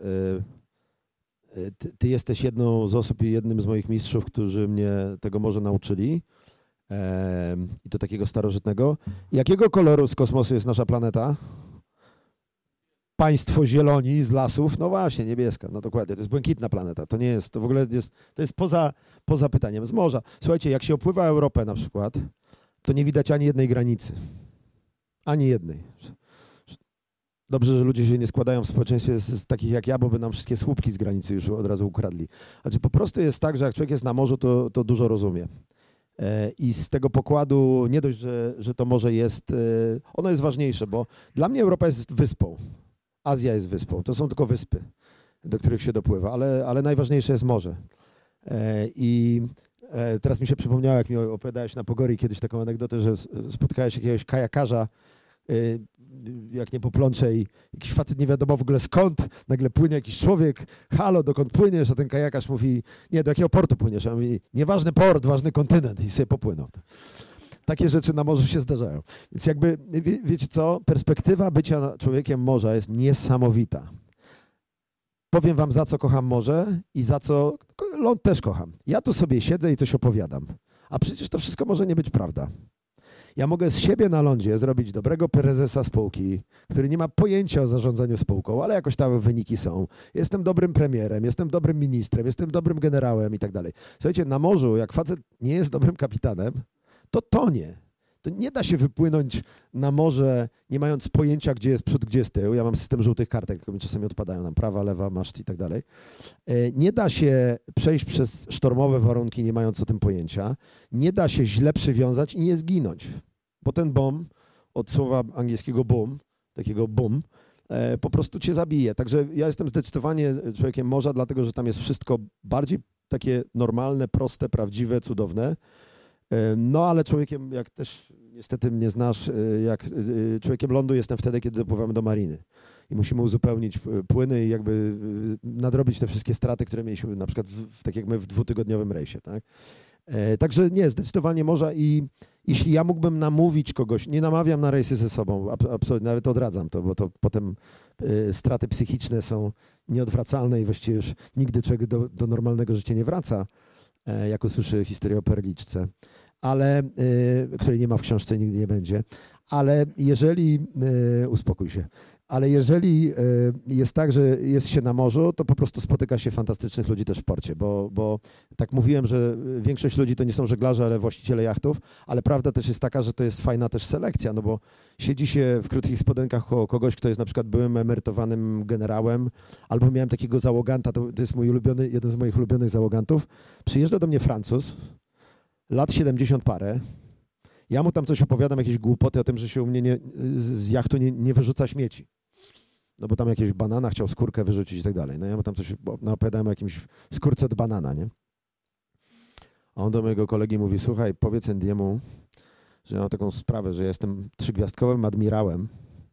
ty, ty jesteś jedną z osób i jednym z moich mistrzów, którzy mnie tego morza nauczyli. I to takiego starożytnego. Jakiego koloru z kosmosu jest nasza planeta? Państwo zieloni z lasów? No właśnie, niebieska. No dokładnie, to jest błękitna planeta. To nie jest, to w ogóle jest, to jest poza, poza pytaniem. Z morza. Słuchajcie, jak się opływa Europę na przykład, to nie widać ani jednej granicy. Ani jednej. Dobrze, że ludzie się nie składają w społeczeństwie z, z takich jak ja, bo by nam wszystkie słupki z granicy już od razu ukradli. Znaczy po prostu jest tak, że jak człowiek jest na morzu, to, to dużo rozumie. I z tego pokładu nie dość, że, że to morze jest, ono jest ważniejsze, bo dla mnie Europa jest wyspą, Azja jest wyspą, to są tylko wyspy, do których się dopływa, ale, ale najważniejsze jest morze. I teraz mi się przypomniało, jak mi opowiadałeś na Pogori kiedyś taką anegdotę, że spotkałeś jakiegoś kajakarza, jak nie po plącze i jakiś facet nie wiadomo w ogóle skąd, nagle płynie jakiś człowiek, halo, dokąd płyniesz? A ten kajakarz mówi, nie, do jakiego portu płyniesz? A on mówi, nieważny port, ważny kontynent i sobie popłynął. Takie rzeczy na morzu się zdarzają. Więc jakby, wie, wiecie co, perspektywa bycia człowiekiem morza jest niesamowita. Powiem wam, za co kocham morze i za co ląd też kocham. Ja tu sobie siedzę i coś opowiadam, a przecież to wszystko może nie być prawda. Ja mogę z siebie na lądzie zrobić dobrego prezesa spółki, który nie ma pojęcia o zarządzaniu spółką, ale jakoś tam wyniki są. Jestem dobrym premierem, jestem dobrym ministrem, jestem dobrym generałem i tak dalej. Słuchajcie, na morzu, jak facet nie jest dobrym kapitanem, to tonie. To nie da się wypłynąć na morze, nie mając pojęcia, gdzie jest przód, gdzie jest tył. Ja mam system żółtych kartek, tylko mi czasami odpadają nam prawa, lewa, maszt i tak dalej. Nie da się przejść przez sztormowe warunki, nie mając o tym pojęcia. Nie da się źle przywiązać i nie zginąć. Bo ten bomb, od słowa angielskiego boom, takiego boom, po prostu cię zabije. Także ja jestem zdecydowanie człowiekiem morza, dlatego że tam jest wszystko bardziej takie normalne, proste, prawdziwe, cudowne. No ale człowiekiem, jak też niestety mnie znasz, jak człowiekiem lądu jestem wtedy, kiedy dopływamy do mariny. I musimy uzupełnić płyny i jakby nadrobić te wszystkie straty, które mieliśmy na przykład, w, tak jak my w dwutygodniowym rejsie, tak? E, także nie, zdecydowanie może i jeśli ja mógłbym namówić kogoś, nie namawiam na rejsy ze sobą, absolutnie, nawet odradzam to, bo to potem e, straty psychiczne są nieodwracalne i właściwie już nigdy człowiek do, do normalnego życia nie wraca, e, jak usłyszy historię o perliczce, ale, e, której nie ma w książce i nigdy nie będzie, ale jeżeli, e, uspokój się, ale jeżeli jest tak, że jest się na morzu, to po prostu spotyka się fantastycznych ludzi też w porcie, bo, bo tak mówiłem, że większość ludzi to nie są żeglarze, ale właściciele jachtów, ale prawda też jest taka, że to jest fajna też selekcja, no bo siedzi się w krótkich spodenkach koło kogoś, kto jest na przykład byłym emerytowanym generałem, albo miałem takiego załoganta, to, to jest mój ulubiony, jeden z moich ulubionych załogantów, przyjeżdża do mnie Francuz, lat siedemdziesiąt parę, ja mu tam coś opowiadam, jakieś głupoty o tym, że się u mnie nie, z jachtu nie, nie wyrzuca śmieci. No bo tam jakieś banana chciał skórkę wyrzucić i tak dalej. No ja mu tam coś no, opowiadałem o jakimś skórce od banana, nie? A on do mojego kolegi mówi, słuchaj, powiedz Andiemu, że ja mam taką sprawę, że ja jestem trzygwiazdkowym admirałem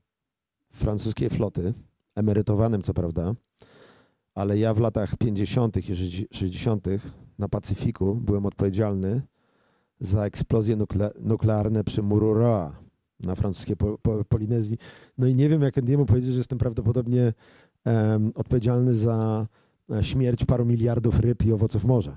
francuskiej floty, emerytowanym co prawda, ale ja w latach pięćdziesiątych i sześćdziesiątych na Pacyfiku byłem odpowiedzialny za eksplozje nukle nuklearne przy Mururoa na francuskiej po po Polinezji. No i nie wiem, jak Andiemu powiedzieć, że jestem prawdopodobnie um, odpowiedzialny za śmierć paru miliardów ryb i owoców morza.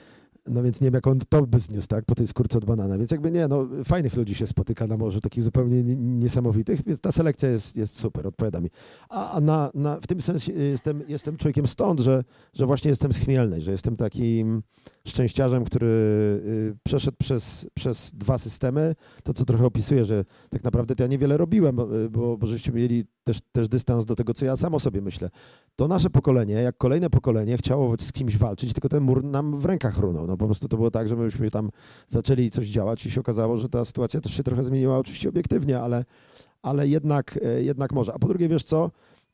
No więc nie wiem, jak on to by zniósł, tak, po tej skórce od banana. Więc jakby nie, no fajnych ludzi się spotyka na morzu, takich zupełnie niesamowitych, więc ta selekcja jest, jest super, odpowiada mi. A, a na, na, w tym sensie jestem, jestem człowiekiem stąd, że, że właśnie jestem z Chmielnej, że jestem takim szczęściarzem, który przeszedł przez, przez dwa systemy. To, co trochę opisuję, że tak naprawdę to ja niewiele robiłem, bo, bo żeście mieli też, też dystans do tego, co ja sam o sobie myślę. To nasze pokolenie, jak kolejne pokolenie chciało z kimś walczyć, tylko ten mur nam w rękach runął. No po prostu to było tak, że my myśmy tam zaczęli coś działać i się okazało, że ta sytuacja też się trochę zmieniła, oczywiście obiektywnie, ale, ale jednak, jednak może. A po drugie, wiesz co,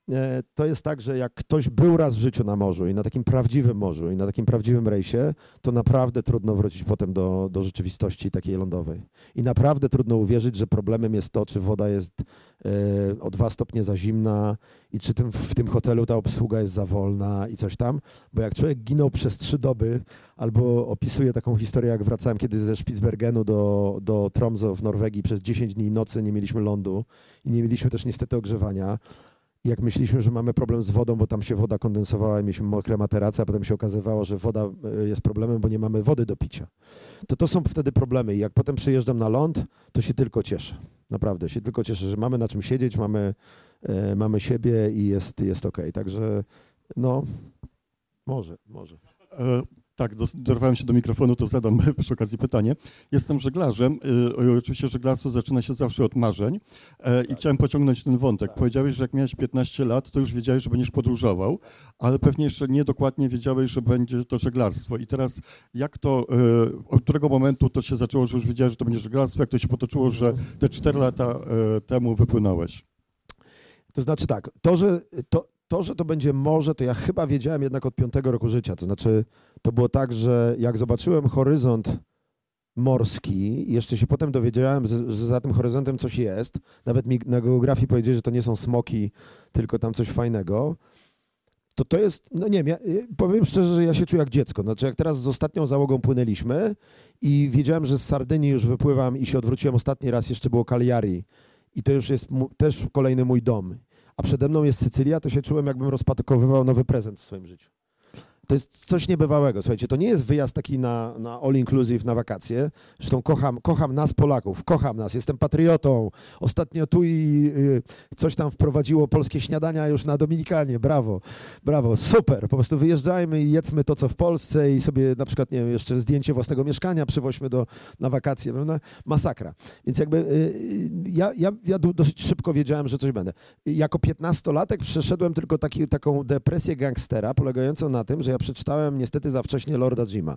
to jest tak, że jak ktoś był raz w życiu na morzu i na takim prawdziwym morzu i na takim prawdziwym rejsie, to naprawdę trudno wrócić potem do, do rzeczywistości takiej lądowej. I naprawdę trudno uwierzyć, że problemem jest to, czy woda jest e, o dwa stopnie za zimna i czy tym, w tym hotelu ta obsługa jest za wolna i coś tam. Bo jak człowiek ginął przez trzy doby, albo opisuje taką historię, jak wracałem kiedyś ze Spitsbergenu do, do Tromsø w Norwegii, przez dziesięć dni i nocy nie mieliśmy lądu i nie mieliśmy też niestety ogrzewania. Jak myśleliśmy, że mamy problem z wodą, bo tam się woda kondensowała i mieliśmy mokre materace, a potem się okazywało, że woda jest problemem, bo nie mamy wody do picia. To to są wtedy problemy i jak potem przyjeżdżam na ląd, to się tylko cieszę. Naprawdę, się tylko cieszę, że mamy na czym siedzieć, mamy, e, mamy siebie i jest, jest okej. Także no, może, może. E Tak, dorwałem się do mikrofonu, to zadam przy okazji pytanie. Jestem żeglarzem. Y, oczywiście żeglarstwo zaczyna się zawsze od marzeń e, i chciałem pociągnąć ten wątek. Tak. Powiedziałeś, że jak miałeś piętnaście lat, to już wiedziałeś, że będziesz podróżował, ale pewnie jeszcze niedokładnie wiedziałeś, że będzie to żeglarstwo. I teraz jak to, y, od którego momentu to się zaczęło, że już wiedziałeś, że to będzie żeglarstwo, jak to się potoczyło, że te cztery lata y, temu wypłynąłeś? To znaczy tak, to, że to, To, że to będzie morze, to ja chyba wiedziałem jednak od piątego roku życia. To znaczy, to było tak, że jak zobaczyłem horyzont morski, jeszcze się potem dowiedziałem, że za tym horyzontem coś jest. Nawet mi na geografii powiedzieli, że to nie są smoki, tylko tam coś fajnego. To to jest, no nie wiem, ja powiem szczerze, że ja się czuję jak dziecko. Znaczy, jak teraz z ostatnią załogą płynęliśmy i wiedziałem, że z Sardynii już wypływam i się odwróciłem ostatni raz, jeszcze było Cagliari. I to już jest też kolejny mój dom. A przede mną jest Sycylia, to się czułem, jakbym rozpakowywał nowy prezent w swoim życiu. To jest coś niebywałego. Słuchajcie, to nie jest wyjazd taki na, na all inclusive, na wakacje. Zresztą kocham, kocham nas Polaków, kocham nas, jestem patriotą. Ostatnio tu i y, coś tam wprowadziło polskie śniadania już na Dominikanie. Brawo, brawo, super. Po prostu wyjeżdżajmy i jedzmy to, co w Polsce i sobie na przykład, nie wiem, jeszcze zdjęcie własnego mieszkania przywoźmy do, na wakacje. No, masakra. Więc jakby y, ja, ja, ja dosyć szybko wiedziałem, że coś będę. Jako piętnastolatek przeszedłem tylko taki, taką depresję gangstera polegającą na tym, że ja przeczytałem niestety za wcześnie Lorda Jima.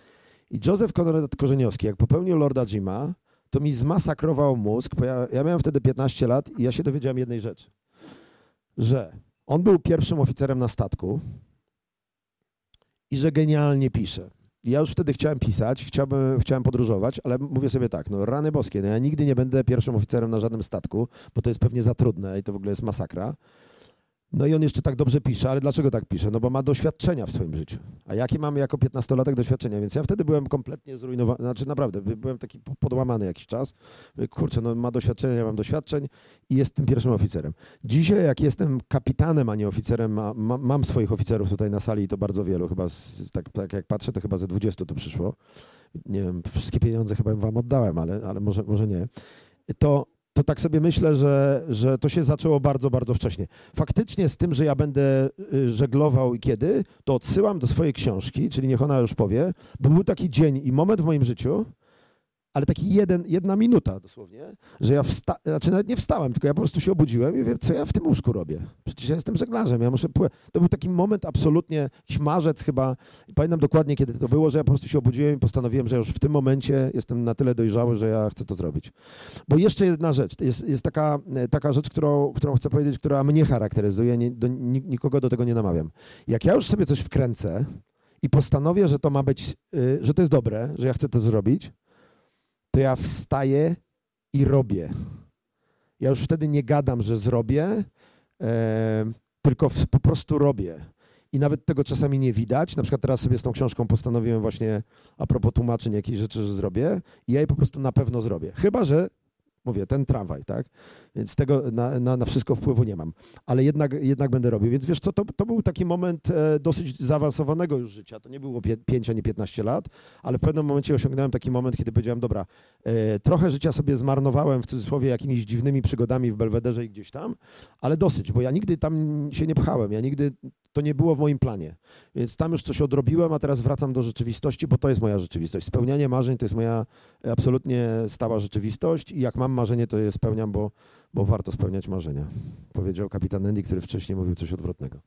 I Józef Konrad Korzeniowski, jak popełnił Lorda Jima, to mi zmasakrował mózg, bo ja, ja miałem wtedy piętnaście lat i ja się dowiedziałem jednej rzeczy, że on był pierwszym oficerem na statku i że genialnie pisze. Ja już wtedy chciałem pisać, chciałbym, chciałem podróżować, ale mówię sobie tak, no rany boskie, no ja nigdy nie będę pierwszym oficerem na żadnym statku, bo to jest pewnie za trudne i to w ogóle jest masakra. No i on jeszcze tak dobrze pisze, ale dlaczego tak pisze? No bo ma doświadczenia w swoim życiu. A jakie mamy jako piętnastolatek doświadczenia? Więc ja wtedy byłem kompletnie zrujnowany, znaczy naprawdę, byłem taki podłamany jakiś czas. Kurczę, no ma doświadczenia, ja mam doświadczeń i jestem pierwszym oficerem. Dzisiaj jak jestem kapitanem, a nie oficerem, ma, ma, mam swoich oficerów tutaj na sali i to bardzo wielu, chyba z, tak, tak jak patrzę, to chyba ze dwudziestu tu przyszło. Nie wiem, wszystkie pieniądze chyba wam oddałem, ale, ale może, może nie. To to tak sobie myślę, że, że to się zaczęło bardzo, bardzo wcześnie. Faktycznie z tym, że ja będę żeglował i kiedy, to odsyłam do swojej książki, czyli niech ona już powie, bo był taki dzień i moment w moim życiu, ale taki jeden, jedna minuta dosłownie, że ja wsta- znaczy nawet nie wstałem, tylko ja po prostu się obudziłem i wiem, co ja w tym łóżku robię. Przecież ja jestem żeglarzem, ja muszę płynąć. To był taki moment absolutnie, jakiś marzec chyba, i pamiętam dokładnie, kiedy to było, że ja po prostu się obudziłem i postanowiłem, że już w tym momencie jestem na tyle dojrzały, że ja chcę to zrobić. Bo jeszcze jedna rzecz, jest, jest taka, taka rzecz, którą, którą chcę powiedzieć, która mnie charakteryzuje, nie, do, nikogo do tego nie namawiam. Jak ja już sobie coś wkręcę i postanowię, że to ma być, że to jest dobre, że ja chcę to zrobić, to ja wstaję i robię. Ja już wtedy nie gadam, że zrobię, e, tylko w, po prostu robię. I nawet tego czasami nie widać. Na przykład teraz sobie z tą książką postanowiłem właśnie a propos tłumaczeń jakichś rzeczy, że zrobię i ja je po prostu na pewno zrobię. Chyba że, mówię, ten tramwaj, tak? Więc tego na, na, na wszystko wpływu nie mam. Ale jednak, jednak będę robił. Więc wiesz co, to, to był taki moment e, dosyć zaawansowanego już życia. To nie było pięć ani piętnaście lat, ale w pewnym momencie osiągnąłem taki moment, kiedy powiedziałem, dobra, e, trochę życia sobie zmarnowałem w cudzysłowie jakimiś dziwnymi przygodami w Belwederze i gdzieś tam, ale dosyć, bo ja nigdy tam się nie pchałem. Ja nigdy, to nie było w moim planie. Więc tam już coś odrobiłem, a teraz wracam do rzeczywistości, bo to jest moja rzeczywistość. Spełnianie marzeń to jest moja absolutnie stała rzeczywistość i jak mam marzenie, to je spełniam, bo, bo warto spełniać marzenia. Powiedział kapitan Andy, który wcześniej mówił coś odwrotnego.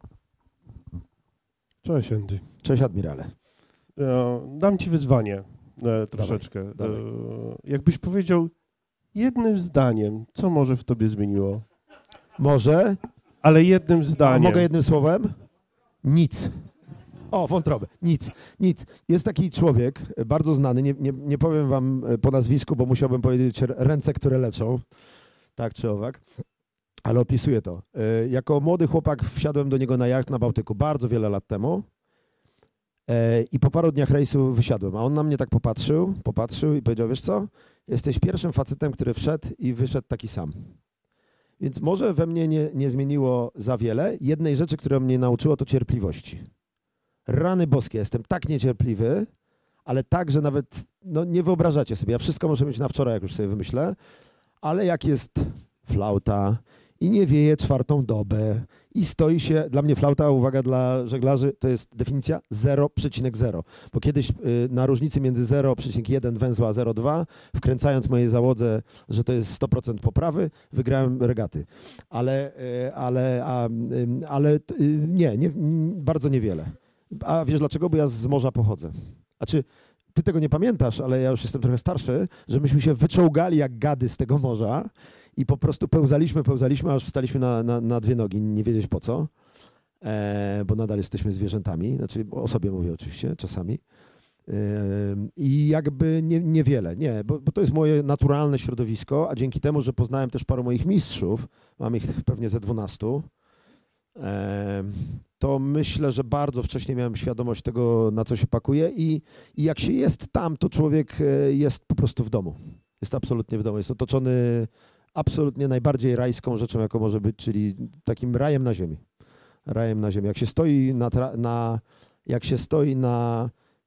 Cześć, Andy. Cześć, admirale. E, dam ci wyzwanie e, troszeczkę. Dawaj, dawaj. E, jakbyś powiedział jednym zdaniem, co może w tobie zmieniło? Może, Ale jednym a zdaniem. mogę jednym słowem? Nic. O, wątrobę. Nic, nic. Jest taki człowiek, bardzo znany, nie, nie, nie powiem wam po nazwisku, bo musiałbym powiedzieć ręce, które leczą, tak czy owak, ale opisuję to. Jako młody chłopak wsiadłem do niego na jacht na Bałtyku bardzo wiele lat temu i po paru dniach rejsu wysiadłem, a on na mnie tak popatrzył, popatrzył i powiedział, wiesz co, jesteś pierwszym facetem, który wszedł i wyszedł taki sam. Więc może we mnie nie, nie zmieniło za wiele. Jednej rzeczy, która mnie nauczyło, to cierpliwości. Rany boskie, jestem tak niecierpliwy, ale tak, że nawet no, nie wyobrażacie sobie. Ja wszystko muszę mieć na wczoraj, jak już sobie wymyślę, ale jak jest flauta i nie wieje czwartą dobę i stoi się, dla mnie flauta, uwaga, dla żeglarzy, to jest definicja zero przecinek zero. Bo kiedyś y, na różnicy między zero przecinek jeden węzła a zero przecinek dwa, wkręcając mojej załodze, że to jest sto procent poprawy, wygrałem regaty. Ale, y, ale, a, y, ale y, nie, nie, bardzo niewiele. A wiesz dlaczego? Bo ja z morza pochodzę. Znaczy, ty tego nie pamiętasz, ale ja już jestem trochę starszy, że myśmy się wyczołgali jak gady z tego morza i po prostu pełzaliśmy, pełzaliśmy, aż wstaliśmy na, na, na dwie nogi, nie wiedzieć po co, e, bo nadal jesteśmy zwierzętami, znaczy o sobie mówię oczywiście, czasami. E, I jakby nie, niewiele, nie, bo, bo to jest moje naturalne środowisko, a dzięki temu, że poznałem też paru moich mistrzów, mam ich pewnie ze dwunastu, e, to myślę, że bardzo wcześnie miałem świadomość tego, na co się pakuje i, i jak się jest tam, to człowiek jest po prostu w domu. Jest absolutnie w domu. Jest otoczony absolutnie najbardziej rajską rzeczą, jaką może być, czyli takim rajem na ziemi. Rajem na ziemi. Jak się stoi na, tra- na jak się stoi na,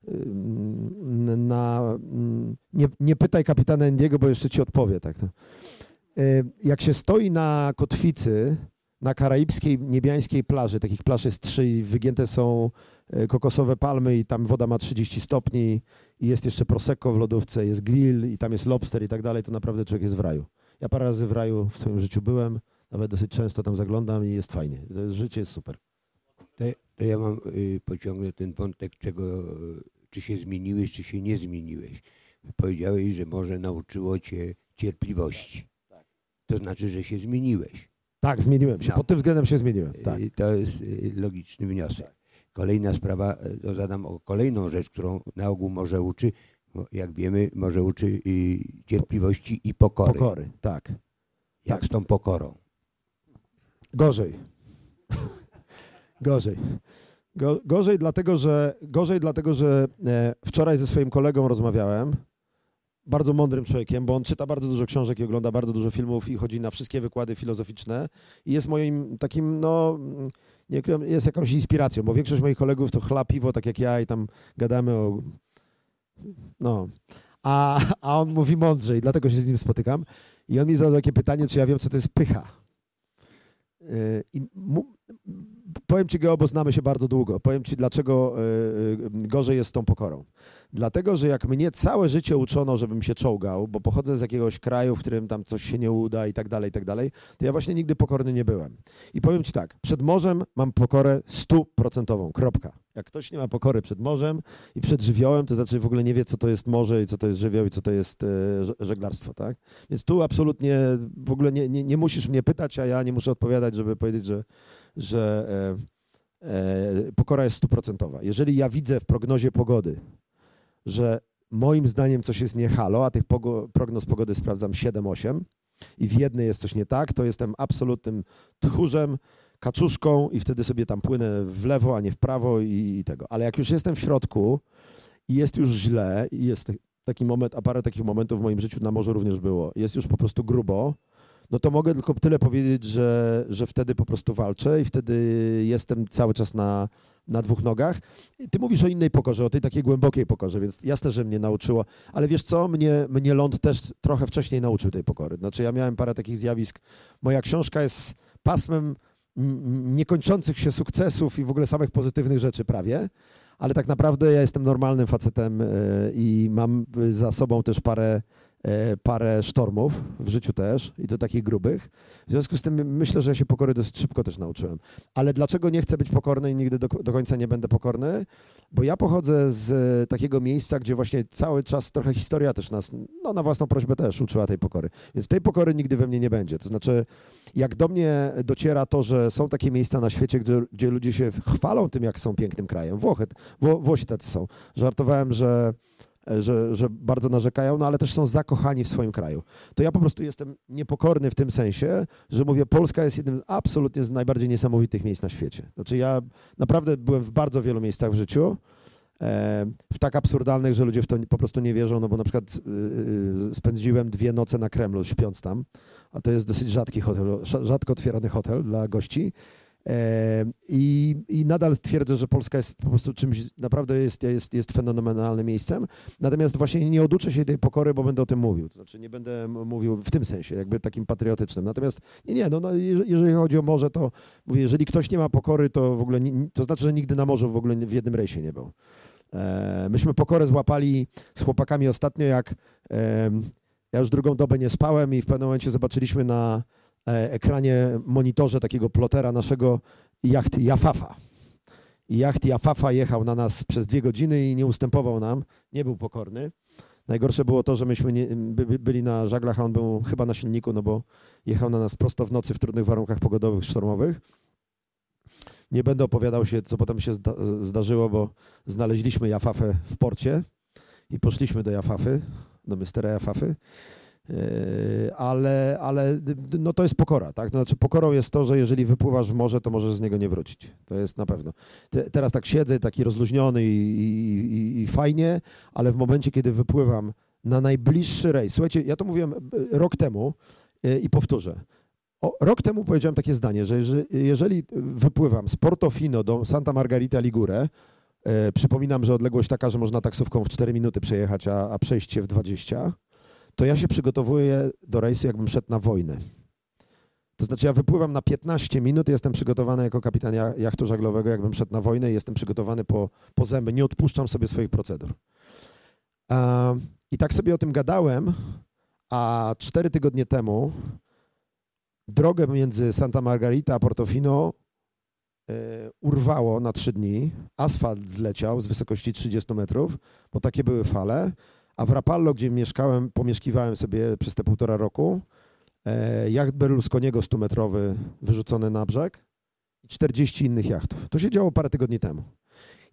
na nie, nie pytaj kapitana Andy'ego, bo jeszcze ci odpowie. Tak. Jak się stoi na kotwicy, na karaibskiej, niebiańskiej plaży, takich plaż jest trzy i wygięte są kokosowe palmy i tam woda ma trzydzieści stopni i jest jeszcze prosecco w lodówce, jest grill i tam jest lobster i tak dalej, to naprawdę człowiek jest w raju. Ja parę razy w raju w swoim życiu byłem, nawet dosyć często tam zaglądam i jest fajnie. Życie jest super. To, to ja mam, y, pociągnę ten wątek, czego, czy się zmieniłeś, czy się nie zmieniłeś. Powiedziałeś, że może nauczyło cię cierpliwości. To znaczy, że się zmieniłeś. Tak, zmieniłem się. No. Pod tym względem się zmieniłem. Tak. To jest logiczny wniosek. Kolejna sprawa, to zadam o kolejną rzecz, którą na ogół morze uczy, bo jak wiemy, morze uczy y, cierpliwości i pokory. Pokory, tak. Jak tak. z tą pokorą? Gorzej. Gorzej. Go, gorzej dlatego, że, gorzej dlatego, że e, wczoraj ze swoim kolegą rozmawiałem, bardzo mądrym człowiekiem, bo on czyta bardzo dużo książek i ogląda bardzo dużo filmów i chodzi na wszystkie wykłady filozoficzne i jest moim takim, no, nie, jest jakąś inspiracją, bo większość moich kolegów to chla piwo, tak jak ja i tam gadamy o, no, a, a on mówi mądrzej, dlatego się z nim spotykam i on mi zadał takie pytanie, czy ja wiem, co to jest pycha. I mu, powiem Ci, Geo, bo znamy się bardzo długo. Powiem Ci, dlaczego gorzej jest z tą pokorą. Dlatego, że jak mnie całe życie uczono, żebym się czołgał, bo pochodzę z jakiegoś kraju, w którym tam coś się nie uda i tak dalej, i tak dalej, to ja właśnie nigdy pokorny nie byłem. I powiem Ci tak, przed morzem mam pokorę stuprocentową, kropka. Jak ktoś nie ma pokory przed morzem i przed żywiołem, to znaczy w ogóle nie wie, co to jest morze i co to jest żywioł i co to jest żeglarstwo, tak? Więc tu absolutnie w ogóle nie, nie, nie musisz mnie pytać, a ja nie muszę odpowiadać, żeby powiedzieć, że, że e, e, pokora jest stuprocentowa. Jeżeli ja widzę w prognozie pogody, że moim zdaniem coś jest nie halo, a tych pogo- prognoz pogody sprawdzam siedem osiem i w jednej jest coś nie tak, to jestem absolutnym tchórzem, kaczuszką i wtedy sobie tam płynę w lewo, a nie w prawo i, i tego. Ale jak już jestem w środku i jest już źle i jest taki moment, a parę takich momentów w moim życiu na morzu również było, jest już po prostu grubo, no to mogę tylko tyle powiedzieć, że, że wtedy po prostu walczę i wtedy jestem cały czas na, na dwóch nogach. I ty mówisz o innej pokorze, o tej takiej głębokiej pokorze, więc jasne, że mnie nauczyło, ale wiesz co, mnie, mnie ląd też trochę wcześniej nauczył tej pokory. Znaczy ja miałem parę takich zjawisk. Moja książka jest pasmem niekończących się sukcesów i w ogóle samych pozytywnych rzeczy prawie, ale tak naprawdę ja jestem normalnym facetem i mam za sobą też parę, parę sztormów w życiu też i to takich grubych. W związku z tym myślę, że ja się pokory dosyć szybko też nauczyłem. Ale dlaczego nie chcę być pokorny i nigdy do, do końca nie będę pokorny? Bo ja pochodzę z takiego miejsca, gdzie właśnie cały czas trochę historia też nas, no na własną prośbę też uczyła tej pokory. Więc tej pokory nigdy we mnie nie będzie. To znaczy, jak do mnie dociera to, że są takie miejsca na świecie, gdzie, gdzie ludzie się chwalą tym, jak są pięknym krajem. Włochy, Wło, Włosi tacy są. Żartowałem, że Że, że bardzo narzekają, no ale też są zakochani w swoim kraju. To ja po prostu jestem niepokorny w tym sensie, że mówię, Polska jest jednym absolutnie z najbardziej niesamowitych miejsc na świecie. Znaczy ja naprawdę byłem w bardzo wielu miejscach w życiu, e, w tak absurdalnych, że ludzie w to po prostu nie wierzą, no bo na przykład y, spędziłem dwie noce na Kremlu, śpiąc tam, a to jest dosyć rzadki hotel, rzadko otwierany hotel dla gości. I, I nadal twierdzę, że Polska jest po prostu czymś, naprawdę jest, jest, jest fenomenalnym miejscem, natomiast właśnie nie oduczę się tej pokory, bo będę o tym mówił, to znaczy nie będę mówił w tym sensie, jakby takim patriotycznym, natomiast nie, nie, no, no jeżeli chodzi o morze, to mówię, jeżeli ktoś nie ma pokory, to w ogóle, nie, to znaczy, że nigdy na morzu w ogóle w jednym rejsie nie był. Myśmy pokorę złapali z chłopakami ostatnio, jak ja już drugą dobę nie spałem i w pewnym momencie zobaczyliśmy na ekranie, monitorze takiego plotera naszego jacht Jafafa. I jacht Jafafa jechał na nas przez dwie godziny i nie ustępował nam, nie był pokorny. Najgorsze było to, że myśmy nie, by, byli na żaglach, a on był chyba na silniku, no bo jechał na nas prosto w nocy w trudnych warunkach pogodowych, sztormowych. Nie będę opowiadał się, co potem się zda, zdarzyło, bo znaleźliśmy Jafafę w porcie i poszliśmy do Jafafy, do mistera Jafafy. Ale, ale no to jest pokora, tak? To znaczy pokorą jest to, że jeżeli wypływasz w morze, to możesz z niego nie wrócić. To jest na pewno. Te, teraz tak siedzę, taki rozluźniony i, i, i, i fajnie, ale w momencie, kiedy wypływam na najbliższy rejs, słuchajcie, ja to mówiłem rok temu i powtórzę. O, rok temu powiedziałem takie zdanie, że jeżeli, jeżeli wypływam z Portofino do Santa Margherita Ligure, e, przypominam, że odległość taka, że można taksówką w cztery minuty przejechać, a, a przejść się w dwadzieścia, to ja się przygotowuję do rejsu, jakbym szedł na wojnę. To znaczy ja wypływam na piętnaście minut i jestem przygotowany jako kapitan jachtu żaglowego, jakbym szedł na wojnę i jestem przygotowany po, po zęby. Nie odpuszczam sobie swoich procedur. A, I tak sobie o tym gadałem, a cztery tygodnie temu drogę między Santa Margherita a Portofino y, urwało na trzy dni. Asfalt zleciał z wysokości trzydziestu metrów, bo takie były fale. A w Rapallo, gdzie mieszkałem, pomieszkiwałem sobie przez te półtora roku, e, jacht Berlusconiego stumetrowy wyrzucony na brzeg i czterdzieści innych jachtów. To się działo parę tygodni temu.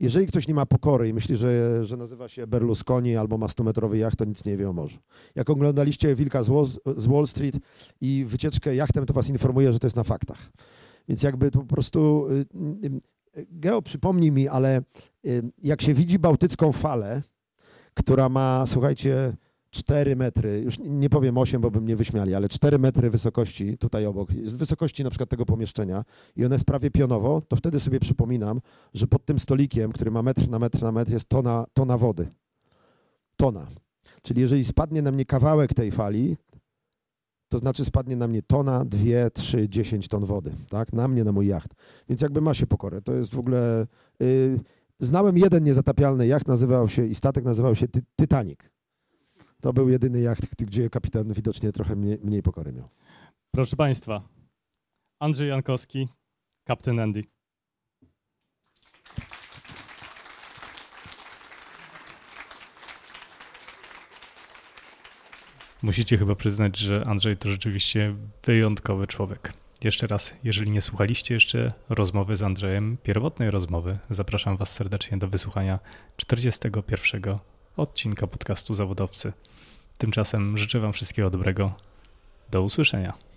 Jeżeli ktoś nie ma pokory i myśli, że, że nazywa się Berlusconi albo ma stumetrowy jacht, to nic nie wie o morzu. Jak oglądaliście Wilka z Wall, z Wall Street i wycieczkę jachtem, to was informuję, że to jest na faktach. Więc jakby to po prostu... Geo, przypomnij mi, ale jak się widzi bałtycką falę, która ma, słuchajcie, cztery metry, już nie powiem osiem, bo by mnie wyśmiali, ale cztery metry wysokości tutaj obok, z wysokości na przykład tego pomieszczenia i ona jest prawie pionowo, to wtedy sobie przypominam, że pod tym stolikiem, który ma metr na metr na metr, jest tona, tona wody. Tona. Czyli jeżeli spadnie na mnie kawałek tej fali, to znaczy spadnie na mnie tona, dwie, trzy, dziesięć ton wody, tak? Na mnie, na mój jacht. Więc jakby ma się pokorę. To jest w ogóle... Yy, znałem jeden niezatapialny jacht, nazywał się, i statek nazywał się Ty- Titanic. To był jedyny jacht, gdzie kapitan widocznie trochę mniej, mniej pokory miał. Proszę Państwa, Andrzej Jankowski, Captain Andy. Musicie chyba przyznać, że Andrzej to rzeczywiście wyjątkowy człowiek. Jeszcze raz, jeżeli nie słuchaliście jeszcze rozmowy z Andrzejem, pierwotnej rozmowy, zapraszam Was serdecznie do wysłuchania czterdziestego pierwszego odcinka podcastu Zawodowcy. Tymczasem życzę Wam wszystkiego dobrego. Do usłyszenia.